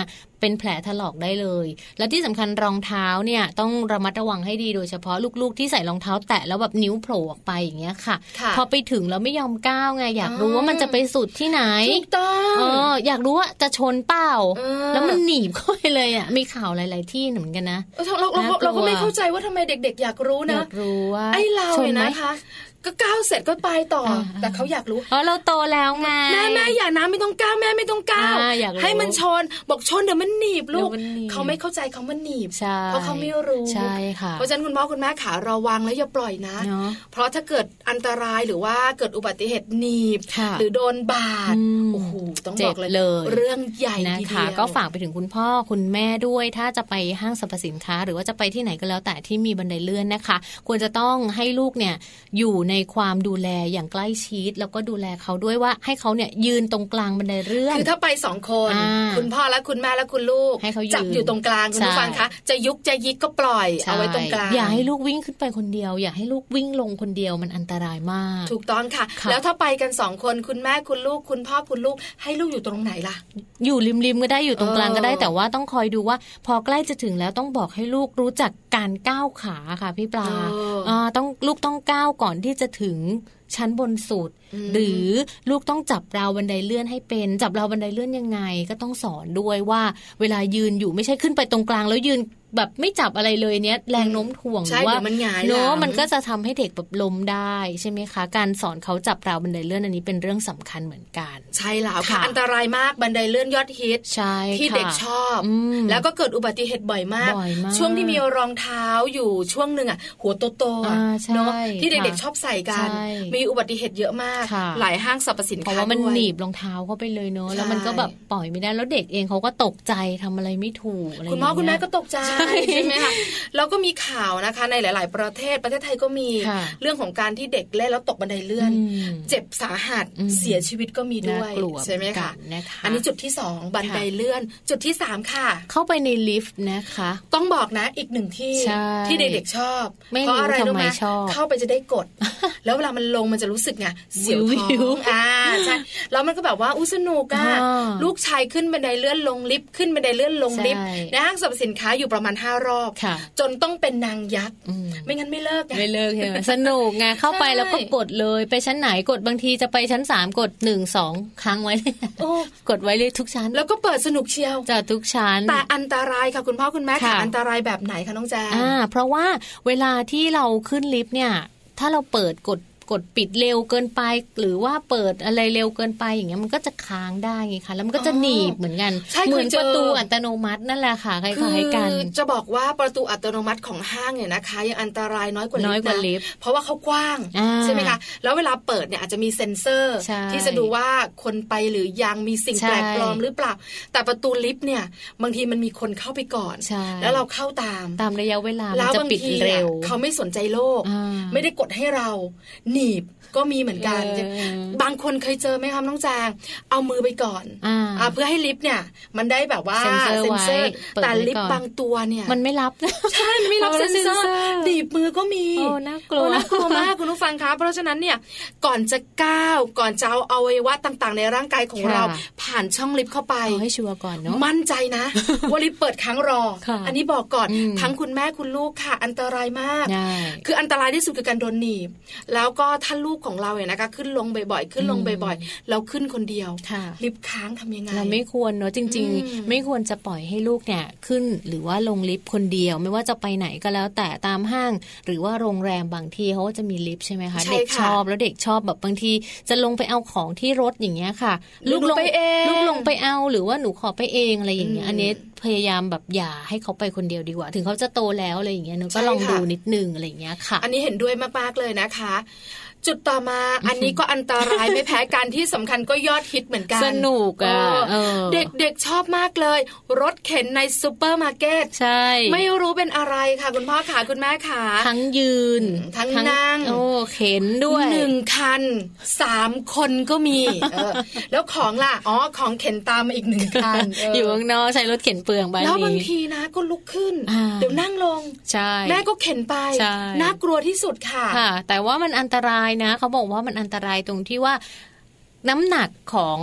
เป็นแผลถลอกได้เลยและที่สำคัญรองเท้าเนี่ยต้องระมัดระวังให้ดีโดยเฉพาะลูกๆที่ใส่รองเท้าแตะแล้วแบบนิ้วโผล่ออกไปอย่างเงี้ยค่ะพอไปถึงแล้วไม่ยอมก้าวไงอยากรู้ว่ามันจะไปสุดที่ไหนถูกต้องเอออยากรู้ว่าจะชนเปล่าแล้วมันหนีบเข้าไปเลยอ่ะมีข่าวหลายๆที่เหมือนกันนะเราเราเราก็ไม่เข้าใจว่าทำไมเด็กๆอยากรู้นะอยากรู้ว่าไอ้เราเนี่ยนะคะก็ก้าวเสร็จก็ไปต่อแต่เขาอยากรู้เพราะเราโตแล้วไงแม่แม่อย่านะไม่ต้องก้าวแม่ไม่ต้องก้าวให้มันชนบอกชนเดี๋ยวมันหนีบลูกเขาไม่เข้าใจเขามันหนีบเพราะเขาไม่รู้ใช่ค่ะเพราะฉะนั้นคุณพ่อคุณแม่ขาระวังแล้วอย่าปล่อยนะเพราะถ้าเกิดอันตรายหรือว่าเกิดอุบัติเหตุหนีบหรือโดนบาดโอ้โหต้องบอกเลยเรื่องใหญ่ทีเดียวก็ฝากไปถึงคุณพ่อคุณแม่ด้วยถ้าจะไปห้างสรรพสินค้าหรือว่าจะไปที่ไหนก็แล้วแต่ที่มีบันไดเลื่อนนะคะควรจะต้องให้ลูกเนี่ยอยู่ในความดูแลอย่างใกล้ชิดแล้วก็ดูแลเขาด้วยว่าให้เขาเนี่ยยืนตรงกลางบันไดเลื่อนคือถ้าไปสองคนคุณพ่อและคุณแม่และคุณลูกจับอยู่ตรงกลางคุณผู้ฟังคะจะยุกจะยิกก็ปล่อยเอาไว้ตรงกลางอย่าให้ลูกวิ่งขึ้นไปคนเดียวอย่าให้ลูกวิ่งลงคนเดียวมันอันตรายมากถูกต้องค่ะแล้วถ้าไปกันสองคนคุณแม่คุณลูกคุณพ่อคุณลูกให้ลูกอยู่ตรงไหนล่ะอยู่ริมๆก็ได้อยู่ตรงกลางก็ได้แต่ว่าต้องคอยดูว่าพอใกล้จะถึงแล้วต้องบอกให้ลูกรู้จักการก้าวขาค่ะพี่ปลาต้องลูกต้องก้าวก่อนที่จะถึงชั้นบนสุดหรือลูกต้องจับราวบันไดเลื่อนให้เป็นจับราวบันไดเลื่อนยังไงก็ต้องสอนด้วยว่าเวลายืนอยู่ไม่ใช่ขึ้นไปตรงกลางแล้วยืนแบบไม่จับอะไรเลยเนี้ยแรงโน้มถ่วงหรือว่าเนาะมันก็จะทำให้เด็กแบบล้มได้ใช่ไหมคะการสอนเขาจับราวบันไดเลื่อนอันนี้เป็นเรื่องสำคัญเหมือนกันใช่แล้วค่ะอันตรายมากบันไดเลื่อนยอดฮิตที่เด็กชอบแล้วก็เกิดอุบัติเหตุบ่อยมากช่วงที่มีรองเท้าอยู่ช่วงนึงอ่ะหัวโตๆเนาะที่เด็กๆชอบใส่กันมีอุบัติเหตุเยอะมากหลายห้างสรรพสินค้าเพราะว่ามันหนีบรองเท้าเข้าไปเลยเนาะแล้วมันก็แบบปล่อยไม่ได้แล้วเด็กเองเขาก็ตกใจทำอะไรไม่ถูกอะไรคุณพ่อคุณแม่ก็ตกใจใช่ไหมคะแล้วก็มีข่าวนะคะในหลายๆประเทศประเทศไทยก็มีเรื่องของการที่เด็กเล่นแล้วตกบันไดเลื่อนเจ็บสาหัสเสียชีวิตก็มีด้วยใช่ไหมคะอันนี้จุดที่สองบันไดเลื่อนจุดที่สามค่ะเข้าไปในลิฟต์นะคะต้องบอกนะอีกหนึ่งที่ที่เด็กๆชอบเพราะอะไรรู้ไหมเข้าไปจะได้กดแล้วเวลามันลงมันจะรู้สึกไงเสียวท้องอ่าใช่แล้วมันก็แบบว่าอู้สนุกอ่ะลูกชายขึ้นบันไดเลื่อนลงลิฟต์ขึ้นบันไดเลื่อนลงลิฟต์ในห้างสรรพสินค้าอยู่ประมาณห้ารอบจนต้องเป็นนางยักษ์ไม่งั้นไม่เลิกไม่เลิกใช่ไหมสนุกไงเข้าไปแล้วก็กดเลยไปชั้นไหนกดบางทีจะไปชั้นสามกดหนึ่งสองค้างไว้กดไว้เลยทุกชั้นแล้วก็เปิดสนุกเชียวจะทุกชั้นแต่อันตรายค่ะคุณพ่อคุณแม่ค่ะอันตรายแบบไหนคะน้องแจงอ่าเพราะว่าเวลาที่เราขึ้นลิฟต์เนี่ยถ้าเราเปิดกดกดปิดเร็วเกินไปหรือว่าเปิดอะไรเร็วเกินไปอย่างเงี้ยมันก็จะค้างได้ไงคะแล้วมันก็จะหนีบเหมือนกันเหมือนประตูอัตโนมัตินั่นแหละค่ะคล้ายๆกันจะบอกว่าประตูอัตโนมัติของห้างเนี่ยนะคะยังอันตรายน้อยกว่าลิฟต์เพราะว่าเขากว้างใช่ไหมคะแล้วเวลาเปิดเนี่ยอาจจะมีเซ็นเซอร์ที่จะดูว่าคนไปหรือยังมีสิ่งแปลกปลอมหรือเปล่าแต่ประตูลิฟต์เนี่ยบางทีมันมีคนเข้าไปก่อนแล้วเราเข้าตามตามระยะเวลามันจะปิดเร็วเขาไม่สนใจโลกไม่ได้กดให้เราหนีบก็มีเหมือนกันบางคนเคยเจอไหมคะน้องแจงเอามือไปก่อนอ่าเพื่อให้ลิฟต์เนี่ยมันได้แบบว่าเซ็นเซอร์แต่ลิฟต์บางตัวเนี่ยมันไม่รับใช่ไม่รับเซ็นเซอร์ดีบมือก็มีโอ้น่ากลัวน่ากลัวมากคุณผู้ฟังคะเพราะฉะนั้นเนี่ยก่อนจะก้าวก่อนจะเอาอวัยวะต่างๆในร่างกายของเราผ่านช่องลิฟต์เข้าไปให้ชัวร์ก่อนเนาะมั่นใจนะว่าลิฟต์เปิดค้างรออันนี้บอกก่อนทั้งคุณแม่คุณลูกค่ะอันตรายมากคืออันตรายที่สุดคือการโดนหนีบแล้วก็ถ้าลูกของเราเนี่ยนะคะขึ้นลงบ่อยๆขึ้นลงบ่อยๆแล้วขึ้นคนเดียวลิฟต์ค้างทำยังไงเราไม่ควรเนาะจริงๆไม่ควรจะปล่อยให้ลูกเนี่ยขึ้นหรือว่าลงลิฟต์คนเดียวไม่ว่าจะไปไหนก็แล้วแต่ตามห้างหรือว่าโรงแรมบางที่เขาก็จะมีลิฟต์ใช่ไหมคะเด็กชอบแล้วเด็กชอบแบบบางทีจะลงไปเอาของที่รถอย่างเงี้ยค่ะลูกลงไปเองลูกลงไปเอาหรือว่าหนูขอไปเองอะไรอย่างเงี้ยอันนี้พยายามแบบอย่าให้เขาไปคนเดียวดีกว่าถึงเขาจะโตแล้วอะไรอย่างเงี้ยหนูก็ลองดูนิดนึงอะไรอย่างเงี้ยค่ะอันนี้เห็นด้วยมากๆเลยนะคะจุดต่อมาอันนี้ก็อันตรายไม่แพ้กันที่สำคัญก็ยอดฮิตเหมือนกันสนุกอ่ะเด็กๆชอบมากเลยรถเข็นในซูเปอร์มาร์เก็ตใช่ไม่รู้เป็นอะไรค่ะคุณพ่อขาคุณแม่ขาทั้งยืนทั้งนั่งโอ้เข็นด้วยหนึ่งคันสามคนก็มีแล้วของล่ะอ๋อของเข็นตามมาอีกหนึ่งคันอยู่ข้างนอกใช้รถเข็นเปลืองไปแล้วบางทีนะก็ลุกขึ้นเดี๋ยวนั่งลงใช่แม่ก็เข็นไปน่ากลัวที่สุดค่ะค่ะแต่ว่ามันอันตรายนะเขาบอกว่ามันอันตรายตรงที่ว่าน้ำหนักของ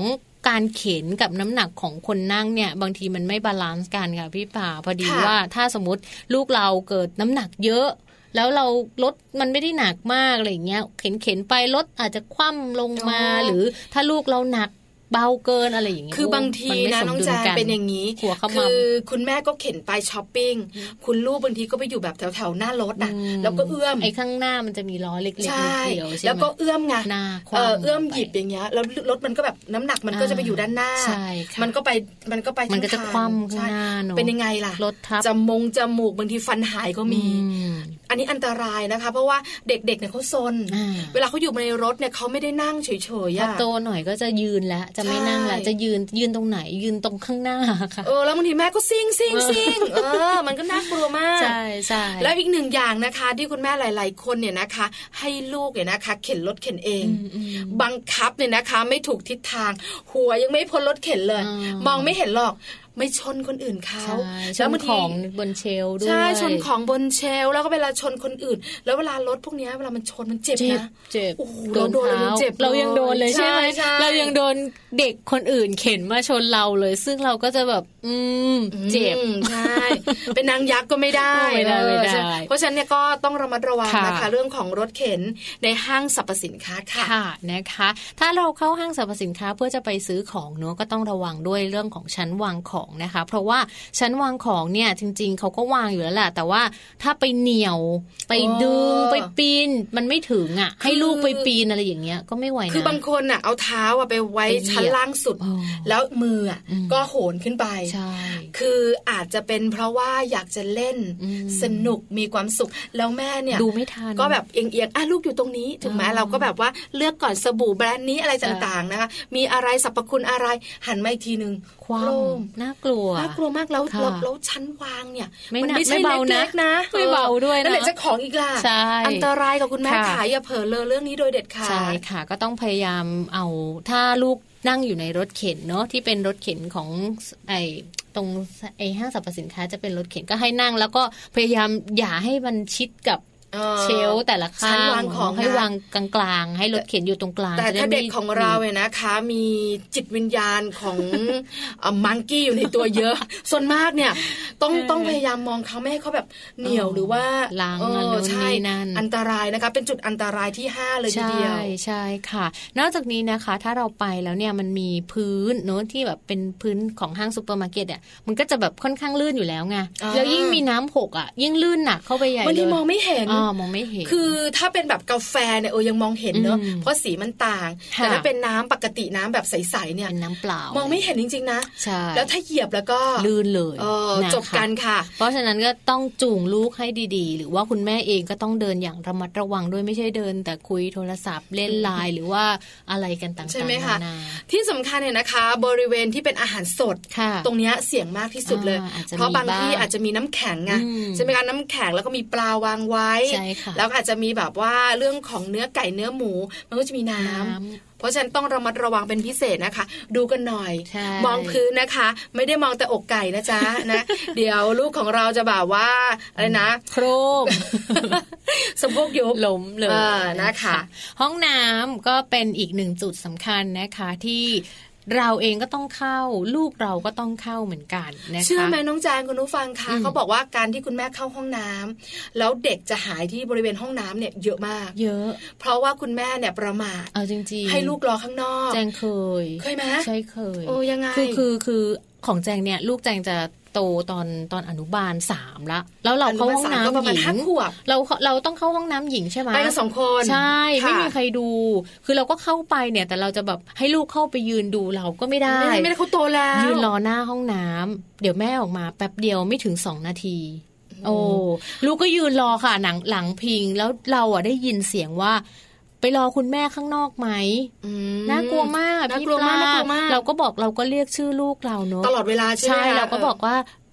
การเข็นกับน้ำหนักของคนนั่งเนี่ยบางทีมันไม่บาลานซ์กันค่ะพี่ป่าพอดีว่าถ้าสมมติลูกเราเกิดน้ำหนักเยอะแล้วเรารถมันไม่ได้หนักมากอะไรอย่างเงี้ยเข็นเข็นไปรถอาจจะคว่ำลงมาหรือถ้าลูกเราหนักเบาเกินอะไรอย่างเงี้ยคือบางทีนะน้องแจงเป็นอย่างนี้คือคุณแม่ก็เข็นไปช้อปปิ้งคุณลูกบางทีก็ไปอยู่แบบแถวๆหน้ารถอ่ะแล้วก็เอื้อมไอ้ข้างหน้ามันจะมีล้อเล็กๆเดียวใช่ไหมแล้วก็เอื้อมไงเออเอื้อมหยิบอย่างเงี้ยแล้วรถมันก็แบบน้ำหนักมันก็จะไปอยู่ด้านหน้ามันก็ไปมันก็ไปมันก็จะคว่ำข้างหน้าเนอะเป็นยังไงล่ะรถทับจมงจมูกบางทีฟันหายก็มีอันนี้อันตรายนะคะเพราะว่าเด็กๆเนี่ยเขาซนเวลาเขาอยู่ในรถเนี่ยเขาไม่ได้นั่งเฉยๆถ้าโตหน่อยก็จะยืนแล้วจะไม่นั่งแล้วจะยืนยืนตรงไหนยืนตรงข้างหน้าค่ะเออแล้วบางทีแม่ก็ซิ่งซิ่งซิ่งเออมันก็น่ากลัวมากใช่ใช่แล้วอีกหนึ่งอย่างนะคะที่คุณแม่หลายๆคนเนี่ยนะคะให้ลูกเนี่ยนะคะเข็นรถเข็นเองบังคับเนี่ยนะคะไม่ถูกทิศทางหัวยังไม่พ้นรถเข็นเลยมองไม่เห็นหรอกไม่ชนคนอื่นเขาแล้วมันของบนเชลด้วยใช่ชนของบนเชลแล้วก็เวลาชนคนอื่นแล้วเวลารถพวกนี้เวลามันชนมันเจ็บนะเจ็บโอ้โหโดนเรายังเจ็บเรายังโดนเลยใช่ไหมเรายังโดนเด็กคนอื่นเข็นมาชนเราเลยซึ่งเราก็จะแบบอืมเจ็บใช่เป็นนางยักษ์ก็ไม่ได้ไม่ได้ไม่ได้เพราะฉะนั้นเนี่ยก็ต้องระมัดระวังนะคะเรื่องของรถเข็นในห้างสรรพสินค้าค่ะค่ะนะคะถ้าเราเข้าห้างสรรพสินค้าเพื่อจะไปซื้อของเนอะก็ต้องระวังด้วยเรื่องของชั้นวางของนะคะเพราะว่าชั้นวางของเนี่ยจริงๆเขาก็วางอยู่แล้วแหละแต่ว่าถ้าไปเหนี่ยวไปดึงไปปีนมันไม่ถึงอ่ะให้ลูกไปปีนอะไรอย่างเงี้ยก็ไม่ไหวนะคือบางคนอ่ะเอาเท้าอ่ะไปไว้ชั้นล่างสุดแล้วมืออ่ะก็โหนขึ้นไปคืออาจจะเป็นเพราะว่าอยากจะเล่นสนุกมีความสุขแล้วแม่เนี่ยดูไม่ทันก็แบบเอียงๆอ่ะลูกอยู่ตรงนี้ถูกไหมเราก็แบบว่าเลือกก่อนสบู่แบรนด์นี้อะไรต่างๆนะคะมีอะไรสรรพคุณอะไรหันมาอีกทีนึงความน่ากลัวน่ากลัวมากแล้วแล้วชั้นวางเนี่ยมันไม่ใช่เล็กๆนะไม่เบาด้วยนะนั่นแหละจะของอีกล่ะอันตรายกับคุณแม่ขาอย่าเผลอเลอเรื่องนี้โดยเด็ดขาดใช่ค่ะก็ต้องพยายามเอาถ้าลูกนั่งอยู่ในรถเข็นเนาะที่เป็นรถเข็นของไอ้ตรงไอ้ห้างสรรพสินค้าจะเป็นรถเข็นก็ให้นั่งแล้วก็พยายามอย่าให้มันชิดกับเชลแต่ละข้างวางของให้วางกลางๆให้รถเข็นอยู่ตรงกลางแต่ถ้าเด็กของเราเนี่ยนะคะมีจิตวิญญาณของมังกี้อยู่ในตัวเยอะส่วนมากเนี่ยต้องต้องพยายามมองเขาไม่ให้เขาแบบเหนียวหรือว่าล้างนั่นนี่นั่นอันตรายนะคะเป็นจุดอันตรายที่ห้าเลยทีเดียวใช่ใช่ค่ะนอกจากนี้นะคะถ้าเราไปแล้วเนี่ยมันมีพื้นเนอะที่แบบเป็นพื้นของห้างซุปเปอร์มาร์เก็ตเนี่ยมันก็จะแบบค่อนข้างลื่นอยู่แล้วไงแล้วยิ่งมีน้ำหกอ่ะยิ่งลื่นหนักเข้าไปใหญ่เลยบางทีมองไม่เห็นมองไม่เห็นคือถ้าเป็นแบบกาแฟเนี่ยเออยังมองเห็นเนอะเพราะสีมันต่างแต่ถ้าเป็นน้ำปกติน้ำแบบใสๆเนี่ยเป็นน้ำเปล่ามองไม่เห็นจริงๆนะแล้วถ้าเหยียบแล้วก็ลื่นเลยจบกันค่ะเพราะฉะนั้นก็ต้องจูงลูกให้ดีๆหรือว่าคุณแม่เองก็ต้องเดินอย่างระมัดระวังด้วยไม่ใช่เดินแต่คุยโทรศัพท์เล่นไลน์หรือว่าอะไรกันต่างๆใช่ไหมคะที่สำคัญเนี่ยนะคะบริเวณที่เป็นอาหารสดตรงนี้เสี่ยงมากที่สุดเลยเพราะบางที่อาจจะมีน้ำแข็งไงใช่ไหมคะน้ำแข็งแล้วก็มีปลาวางไว้แล้วอาจจะมีแบบว่าเรื่องของเนื้อไก่เนื้อหมูมันก็จะมีน้ำเพราะฉะนั้นต้องระมัดระวังเป็นพิเศษนะคะดูกันหน่อยมองพื้นนะคะไม่ได้มองแต่อกไก่นะจ๊ะนะเดี๋ยวลูกของเราจะแบบว่าอะไรนะโครมสะโพกยกล้มเลยนะคะห้องน้ำก็เป็นอีกหนึ่งจุดสำคัญนะคะที่เราเองก็ต้องเข้าลูกเราก็ต้องเข้าเหมือนกันนะคะเชื่อไหมน้องแจงคุณผู้ฟังคะเขาบอกว่าการที่คุณแม่เข้าห้องน้ำแล้วเด็กจะหายที่บริเวณห้องน้ำเนี่ยเยอะมากเยอะเพราะว่าคุณแม่เนี่ยประมาทเอาจริงๆให้ลูกรอข้างนอกแจงเคยเคยไหมใช่เคยโอ้ยังไงคือคือคือของแจงเนี่ยลูกแจงจะโตตอนตอนอนุบาลสามละแล้วเราเข้าห้องน้ำหญิงเราเราต้องเข้าห้องน้ำหญิงใช่ไหมไปกันสองคนใช่ไม่มีใครดูคือเราก็เข้าไปเนี่ยแต่เราจะแบบให้ลูกเข้าไปยืนดูเราก็ไม่ได้ไม่ได้เขาโตแล้วยืนรอหน้าห้องน้ำเดี๋ยวแม่ออกมาแป๊บเดียวไม่ถึงสองนาทีโอ้ลูกก็ยืนรอค่ะหนังหลังพิงแล้วเราอ่ะได้ยินเสียงว่าไปรอคุณแม่ข้างนอกไหมน่ากลัวมากพี่ปลาเราก็บอกเราก็เรียกชื่อลูกเราเนอะตลอดเวลาใช่ไหมใช่เราก็บอกว่า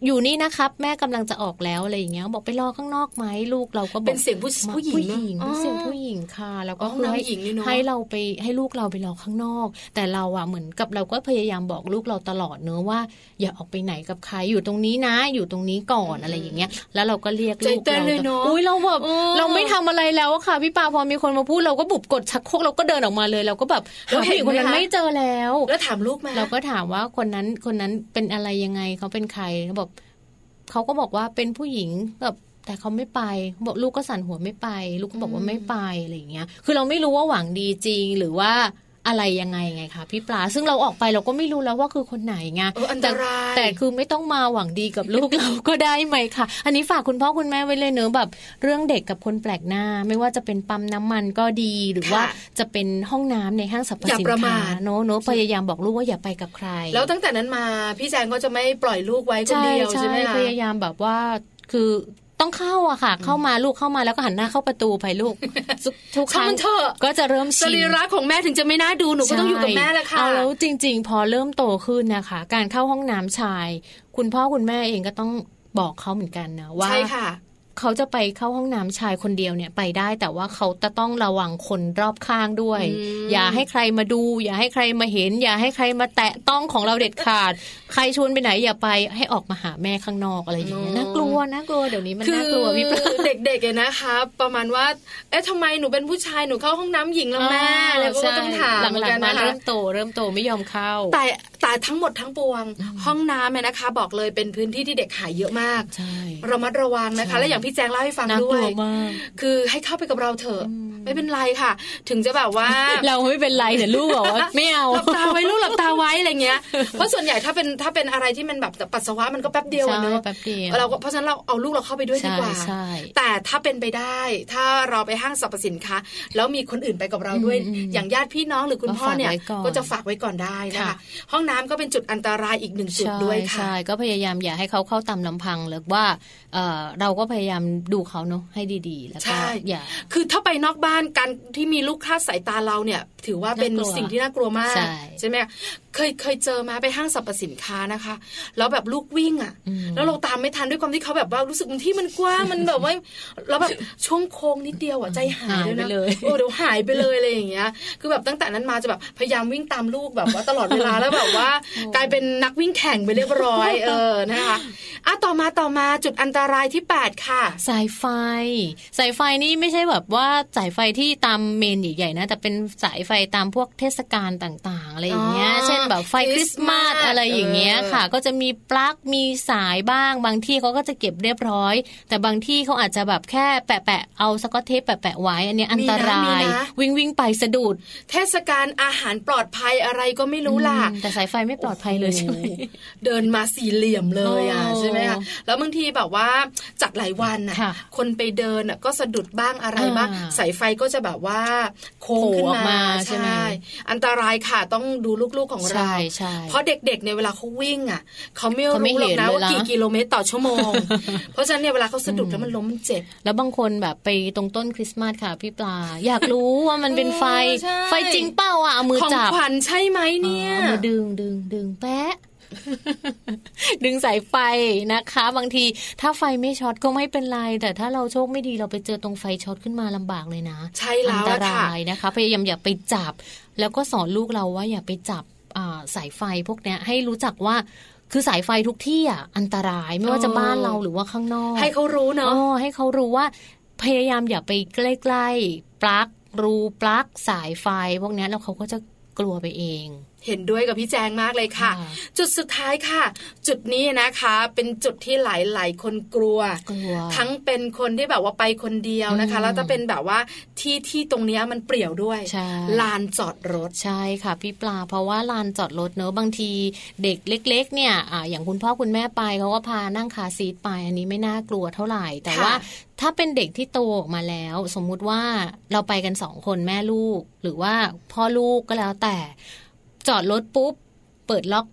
อยู่นี่นะครับแม่กำลังจะออกแล้วอะไรอย่างเงี้ยบอกไปรอข้างนอกไหมลูกเราก็บอกเป็นเสียงผู้ผู้หญิงผู้หญิงเป็นเสียงผู้หญิงค่ะแล้วก็คือให้ให้เราไปให้ลูกเราไปรอข้างนอกแต่เราอ่ะเหมือนกับเราก็พยายามบอกลูกเราตลอดเนอะว่าอย่าออกไปไหนกับใครอยู่ตรงนี้นะอยู่ตรงนี้ก่อนอะไรอย่างเงี้ยแล้วเราก็เรียกลูกเราอุ้ยเราแบบเราไม่ทำอะไรแล้วค่ะพี่ปาพอมีคนมาพูดเราก็บุบกดชักโครกเราก็เดินออกมาเลยเราก็แบบหาผู้หญิงคนนั้นไม่เจอแล้วแล้วถามลูกไหมเราก็ถามว่าคนนั้นคนนั้นเป็นอะไรยังไงเขาเป็นใครเขาบอกเขาก็บอกว่าเป็นผู้หญิงแบบแต่เขาไม่ไปบอกลูกก็สั่นหัวไม่ไปลูกก็บอกว่าไม่ไปอะไรอย่างเงี้ยคือเราไม่รู้ว่าหวังดีจริงหรือว่าอะไรยังไงไงคะพี่ปลาซึ่งเราออกไปเราก็ไม่รู้แล้วว่าคือคนไหนไงแต่แต่คือไม่ต้องมาหวังดีกับลูกเราก็ได้ไหมคะอันนี้ฝากคุณพ่อคุณแม่ไว้เลยเนอะแบบเรื่องเด็กกับคนแปลกหน้าไม่ว่าจะเป็นปั๊มน้ำมันก็ดีหรือว่าจะเป็นห้องน้ำในห้างสรรพสินค้าเนอะเนอะพยายามบอกลูกว่าอย่าไปกับใครแล้วตั้งแต่นั้นมาพี่แจงก็จะไม่ปล่อยลูกไว้คนเดียวใช่ไหมคะพยายามแบบว่าคือต้องเข้าอะค่ะเข้ามาลูกเข้ามาแล้วก็หันหน้าเข้าประตูไปลูกทุกครั้งก็จะเริ่มชินสรีระของแม่ถึงจะไม่น่าดูหนูก็ต้องอยู่กับแม่แหละค่ะเอาแล้วจริงๆพอเริ่มโตขึ้นนะคะการเข้าห้องน้ำชายคุณพ่อคุณแม่เองก็ต้องบอกเขาเหมือนกันนะว่าใช่ค่ะเขาจะไปเข้าห้องน้ำชายคนเดียวเนี่ยไปได้แต่ว่าเขาจะต้องระวังคนรอบข้างด้วยอย่าให้ใครมาดูอย่าให้ใครมาเห็นอย่าให้ใครมาแตะต้องของเราเด็ดขาดใครชวนไปไหนอย่าไปให้ออกมาหาแม่ข้างนอกอะไรอย่างเงี้ยน่ากลัวน่ากลัวเดี๋ยวนี้มันน่ากลัวพี่ปลาเด็กๆเนี่ยนะคะประมาณว่าเอ๊ะทำไมหนูเป็นผู้ชายหนูเข้าห้องน้ำหญิงแล้วแม่แล้วก็ต้องถามหลังๆมาเริ่มโตเริ่มโตไม่ยอมเข้าแต่แต่ทั้งหมดทั้งปวงห้องน้ำเนี่ยนะคะบอกเลยเป็นพื้นที่ที่เด็กหายเยอะมากระมัดระวังนะคะและอย่างพี่แจงเล่าให้ฟังด้วยคือให้เข้าไปกับเราเถอะไม่เป็นไรค่ะถึงจะแบบว่าเราไม่เป็นไรแต่ลูกบอกว่าไม่เอาหลับตาไว้ลูกหลับตาไว้อะไรเงี้ยเพราะส่วนใหญ่ถ้าเป็นถ้าเป็นอะไรที่มันแบบปัสสาวะมันก็แป๊บเดียวเนอะเราก็เพราะฉะนั้นเราเอาลูกเราเข้าไปด้วยดีกว่าแต่ถ้าเป็นไปได้ถ้าเราไปห้างสรรพสินค้าแล้วมีคนอื่นไปกับเราด้วยอย่างญาติพี่น้องหรือคุณพ่อเนี่ยก็จะฝากไว้ก่อนได้นะคะห้องน้ำก็เป็นจุดอันตรายอีกหนึ่งจุดด้วยค่ะใช่ก็พยายามอย่าให้เขาเข้าตามลำพังหรือว่าเราก็พยายามดูเขาเนาะให้ดีๆแล้วก็อย่าคือถ้าไปนอกบ้านการที่มีลูกคลาดสายตาเราเนี่ยถือว่าเป็นสิ่งที่น่ากลัวมากใช่ไหมเคยเคยเจอมาไปห้างสรรพสินค้านะคะแล้วแบบลูกวิ่งอ่ะแล้วเราตามไม่ทันด้วยความที่เขาแบบว่ารู้สึกที่มันกว้างมันแบบว่าแล้วแบบช่วงโค้งนิดเดียวอ่ะใจหายเลยนะโอ้เดี๋ยวหายไปเลยอะไรอย่างเงี้ยคือแบบตั้งแต่นั้นมาจะแบบพยายามวิ่งตามลูกแบบว่าตลอดเวลาแล้วแบบว่ากลายเป็นนักวิ่งแข่งไปเรียบร้อยเออนะคะอ่ะต่อมาต่อมาจุดอันตรายที่แปดค่ะสายไฟสายไฟนี่ไม่ใช่แบบว่าสายไฟที่ตามเมนใหญ่ๆนะแต่เป็นสายไฟตามพวกเทศกาลต่างๆอะไรอย่างเงี้ยเช่นแบบไฟคริสต์มาสอะไรอย่างเงี้ยค่ะก็จะมีปลั๊กมีสายบ้างบางที่เขาก็จะเก็บเรียบร้อยแต่บางที่เขาอาจจะแบบแค่แปะๆเอาสกอตเทปแปะๆไว้อันนี้อันตรายวิ่งวิ่งไปสะดุดเทศกาลอาหารปลอดภัยอะไรก็ไม่รู้ล่ะแต่สายไฟไม่ปลอดภัยเลยใช่ไหมเดินมาสี่เหลี่ยมเลยอ่ะใช่ไหมคะแล้วบางทีแบบว่าจัดหลายวันน่ะคนไปเดินก็สะดุดบ้างอะไรบ้างสายไฟก็จะแบบว่าโค้งขึ้นมาใช่ไหมอันตรายค่ะต้องดูลูกๆของเราเพราะเด็กๆในเวลาเขาวิ่งอ่ะเขาไม่รู้หรอกนะว่ากี่กิโลเมตรต่อชั่วโมงเพราะฉะนั้นเนี่ยเวลาเขาสะดุดแล้วมันล้มมันเจ็บแล้วบางคนแบบไปตรงต้นคริสต์มาสค่ะพี่ปลาอยากรู้ว่ามันเป็นไฟไฟจริงเปล่าอ่ะมือจับของขวัญใช่ไหมเนี่ยมือดึงดึงดึงแป๊ะดึงสายไฟนะคะบางทีถ้าไฟไม่ช็อตก็ไม่เป็นไรแต่ถ้าเราโชคไม่ดีเราไปเจอตรงไฟช็อตขึ้นมาลำบากเลยนะใช่แล้วอันตรายนะคะพยายามอย่าไปจับแล้วก็สอนลูกเราว่าอย่าไปจับสายไฟพวกเนี้ยให้รู้จักว่าคือสายไฟทุกที่อ่ะอันตรายไม่ว่าจะบ้านเราหรือว่าข้างนอกให้เขารู้เนาะให้เขารู้ว่าพยายามอย่าไปใกล้ๆปลั๊กรูปลั๊กสายไฟพวกนี้แล้วเขาก็จะกลัวไปเองเห็นด้วยกับพี่แจงมากเลยค่ะจุดสุดท้ายค่ะจุดนี้นะคะเป็นจุดที่หลายๆคนกลัวทั้งเป็นคนที่แบบว่าไปคนเดียวนะคะแล้วจะเป็นแบบว่าที่ที่ตรงนี้มันเปรี่ยวด้วยลานจอดรถใช่ค่ะพี่ปลาเพราะว่าลานจอดรถเนอะบางทีเด็กเล็กๆเนี่ยอ่าอย่างคุณพ่อคุณแม่ไปเขาก็พานั่งคาร์ซีทไปอันนี้ไม่น่ากลัวเท่าไหร่แต่ว่าถ้าเป็นเด็กที่โตออกมาแล้วสมมุติว่าเราไปกันสองคนแม่ลูกหรือว่าพ่อลูกก็แล้วแต่จอดรถปุ๊บเปิดล็อกปุ๊บ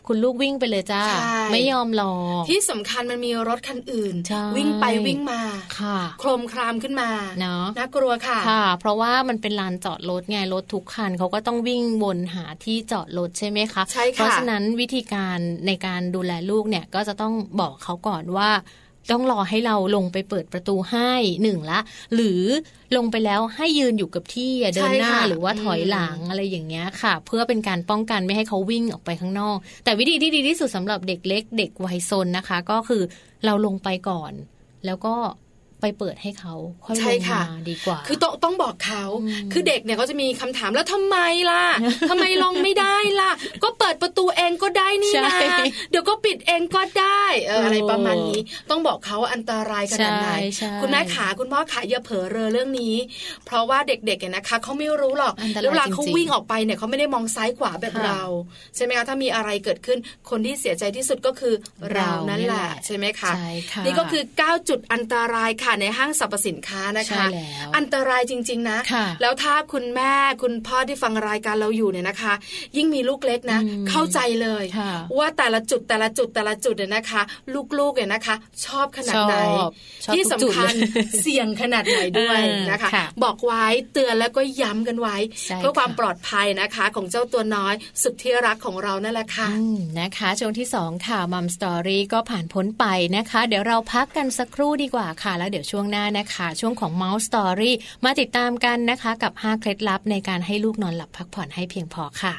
คุณลูกวิ่งไปเลยจ้าไม่ยอมรอที่สำคัญมันมีรถคันอื่นวิ่งไปวิ่งมาโครมครามขึ้นมาเนาะน่ากลัวค่ะค่ะเพราะว่ามันเป็นลานจอดรถไงรถทุกคันเขาก็ต้องวิ่งวนหาที่จอดรถใช่ไหมคะใช่ค่ะเพราะฉะนั้นวิธีการในการดูแลลูกเนี่ยก็จะต้องบอกเขาก่อนว่าต้องรอให้เราลงไปเปิดประตูให้หนึ่งละหรือลงไปแล้วให้ยืนอยู่กับที่เดินหน้าหรือว่าถอยหลังอะไรอย่างเงี้ยค่ะเพื่อเป็นการป้องกันไม่ให้เขาวิ่งออกไปข้างนอกแต่วิธีที่ดีที่สุดสำหรับเด็กเล็กเด็กวัยซนนะคะก็คือเราลงไปก่อนแล้วก็ไปเปิดให้เขาค่อยลงมาดีกว่าคือต้องต้องบอกเขาคือเด็กเนี่ยเขาจะมีคำถามแล้วทำไมล่ะ ทำไมลงไม่ได้ล่ะก็เปิดประตูเองก็ได้นี่นะเดี๋ยวก็ปิดเองก็ได้เอออะไรประมาณนี้ต้องบอกเขาอันตรายขนาดไหนคุณแม่ขาคุณพ่อขาอย่าเผลอเรอเรื่องนี้เพราะว่าเด็กๆเนี่ยนะคะเขาไม่รู้หรอกเวลาเขาวิ่งออกไปเนี่ยเขาไม่ได้มองซ้ายขวาแบบเราใช่ไหมคะถ้ามีอะไรเกิดขึ้นคนที่เสียใจที่สุดก็คือเรานั่นแหละใช่ไหมคะนี่ก็คือเก้าจุดอันตรายค่ะในห้างสรรพสินค้านะคะอันตรายจริงๆนะแล้วถ้าคุณแม่คุณพ่อที่ฟังรายการเราอยู่เนี่ยนะคะยิ่งมีลูกเล็กนะเข้าใจเลยว่าแต่ละจุดแต่ละจุดแต่ละจุดเนี่ยนะคะลูกๆเนี่ยนะคะชอบขนาดไหนที่สำคัญเสี่ยงขนาดไหนด้วยนะคะบอกไว้เตือนแล้วก็ย้ำกันไว้เพื่อความปลอดภัยนะคะของเจ้าตัวน้อยสุดที่รักของเรานั่นแหละค่ะนะคะช่วงที่สองค่ะมัมสตอรี่ก็ผ่านพ้นไปนะคะเดี๋ยวเราพักกันสักครู่ดีกว่าค่ะแล้วเดี๋ยวช่วงหน้านะคะช่วงของ Mouse Story มาติดตามกันนะคะกับห้าเคล็ดลับในการให้ลูกนอนหลับพักผ่อนให้เพียงพอค่ะ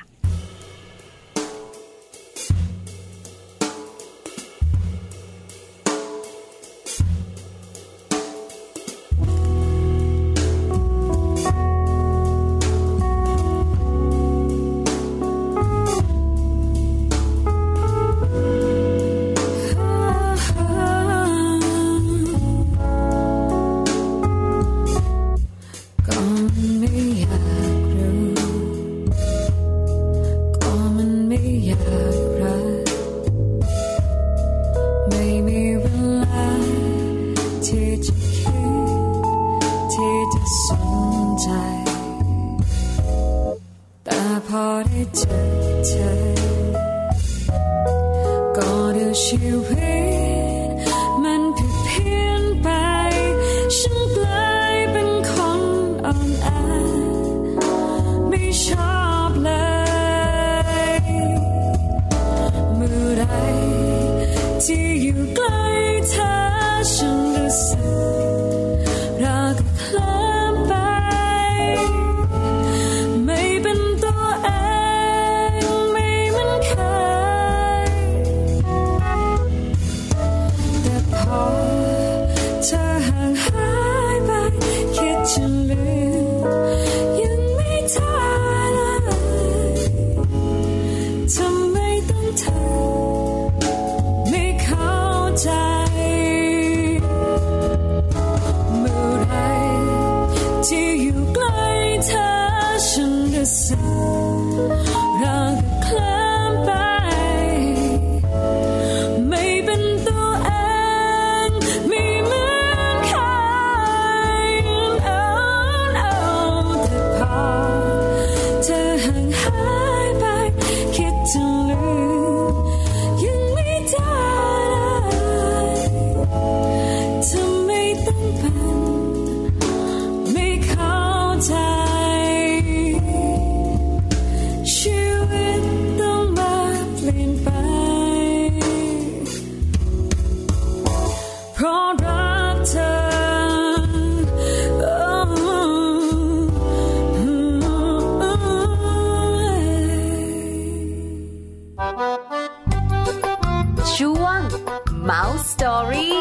Mouse Story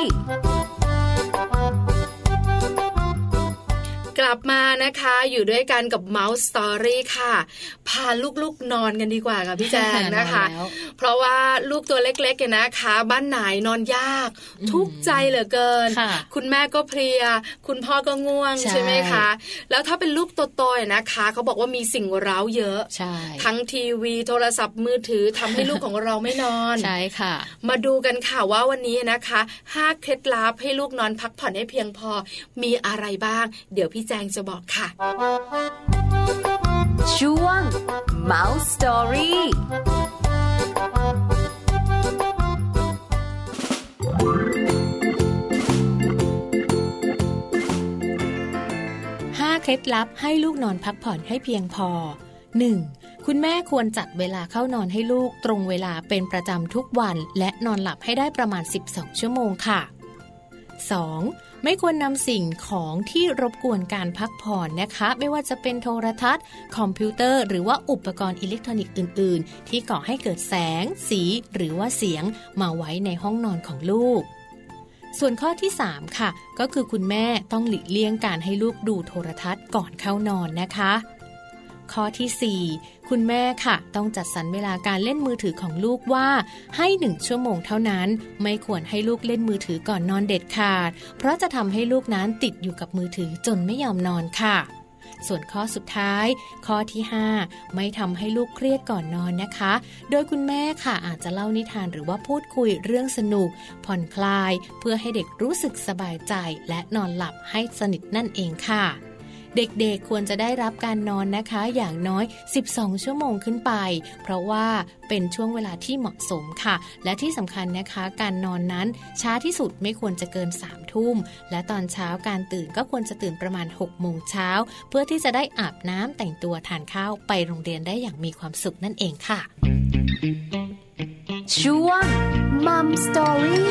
กลับมานะคะอยู่ด้วยกันกับ Mouse Story ค่ะพาลูกๆนอนกันดีกว่าค่ะพี่แจงนะคะเพราะว่าลูกตัวเล็กๆเนี่ยนะคะบ้านไหนนอนยากทุกข์ใจเหลือเกินคุณแม่ก็เพลียคุณพ่อก็ง่วงใช่ไหมคะแล้วถ้าเป็นลูกโตๆนะคะเขาบอกว่ามีสิ่งเร้าเยอะทั้งทีวีโทรศัพท์มือถือทำให้ลูกของเราไม่นอนใช่ค่ะมาดูกันค่ะว่าวันนี้นะคะห้าเคล็ดลับให้ลูกนอนพักผ่อนให้เพียงพอมีอะไรบ้างเดี๋ยวพี่แจงจะบอกค่ะช่วง Mouse Story เคล็ดลับให้ลูกนอนพักผ่อนให้เพียงพอ หนึ่ง. คุณแม่ควรจัดเวลาเข้านอนให้ลูกตรงเวลาเป็นประจำทุกวันและนอนหลับให้ได้ประมาณสิบสองชั่วโมงค่ะ สอง. ไม่ควรนำสิ่งของที่รบกวนการพักผ่อนนะคะไม่ว่าจะเป็นโทรทัศน์คอมพิวเตอร์หรือว่าอุปกรณ์อิเล็กทรอนิกส์อื่นๆที่ก่อให้เกิดแสงสีหรือว่าเสียงมาไว้ในห้องนอนของลูกส่วนข้อที่สามค่ะก็คือคุณแม่ต้องหลีกเลี่ยงการให้ลูกดูโทรทัศน์ก่อนเข้านอนนะคะข้อที่สี่คุณแม่ค่ะต้องจัดสรรเวลาการเล่นมือถือของลูกว่าให้หนึ่งชั่วโมงเท่านั้นไม่ควรให้ลูกเล่นมือถือก่อนนอนเด็ดขาดเพราะจะทำให้ลูกนั้นติดอยู่กับมือถือจนไม่ยอมนอนค่ะส่วนข้อสุดท้ายข้อที่ห้าไม่ทำให้ลูกเครียดก่อนนอนนะคะโดยคุณแม่ค่ะอาจจะเล่านิทานหรือว่าพูดคุยเรื่องสนุกผ่อนคลายเพื่อให้เด็กรู้สึกสบายใจและนอนหลับให้สนิทนั่นเองค่ะเด็กๆควรจะได้รับการนอนนะคะอย่างน้อยสิบสองชั่วโมงขึ้นไปเพราะว่าเป็นช่วงเวลาที่เหมาะสมค่ะและที่สำคัญนะคะการนอนนั้นช้าที่สุดไม่ควรจะเกินสามทุ่มและตอนเช้าการตื่นก็ควรจะตื่นประมาณหกโมงเช้าเพื่อที่จะได้อาบน้ำแต่งตัวทานข้าวไปโรงเรียนได้อย่างมีความสุขนั่นเองค่ะช่วง Mum Story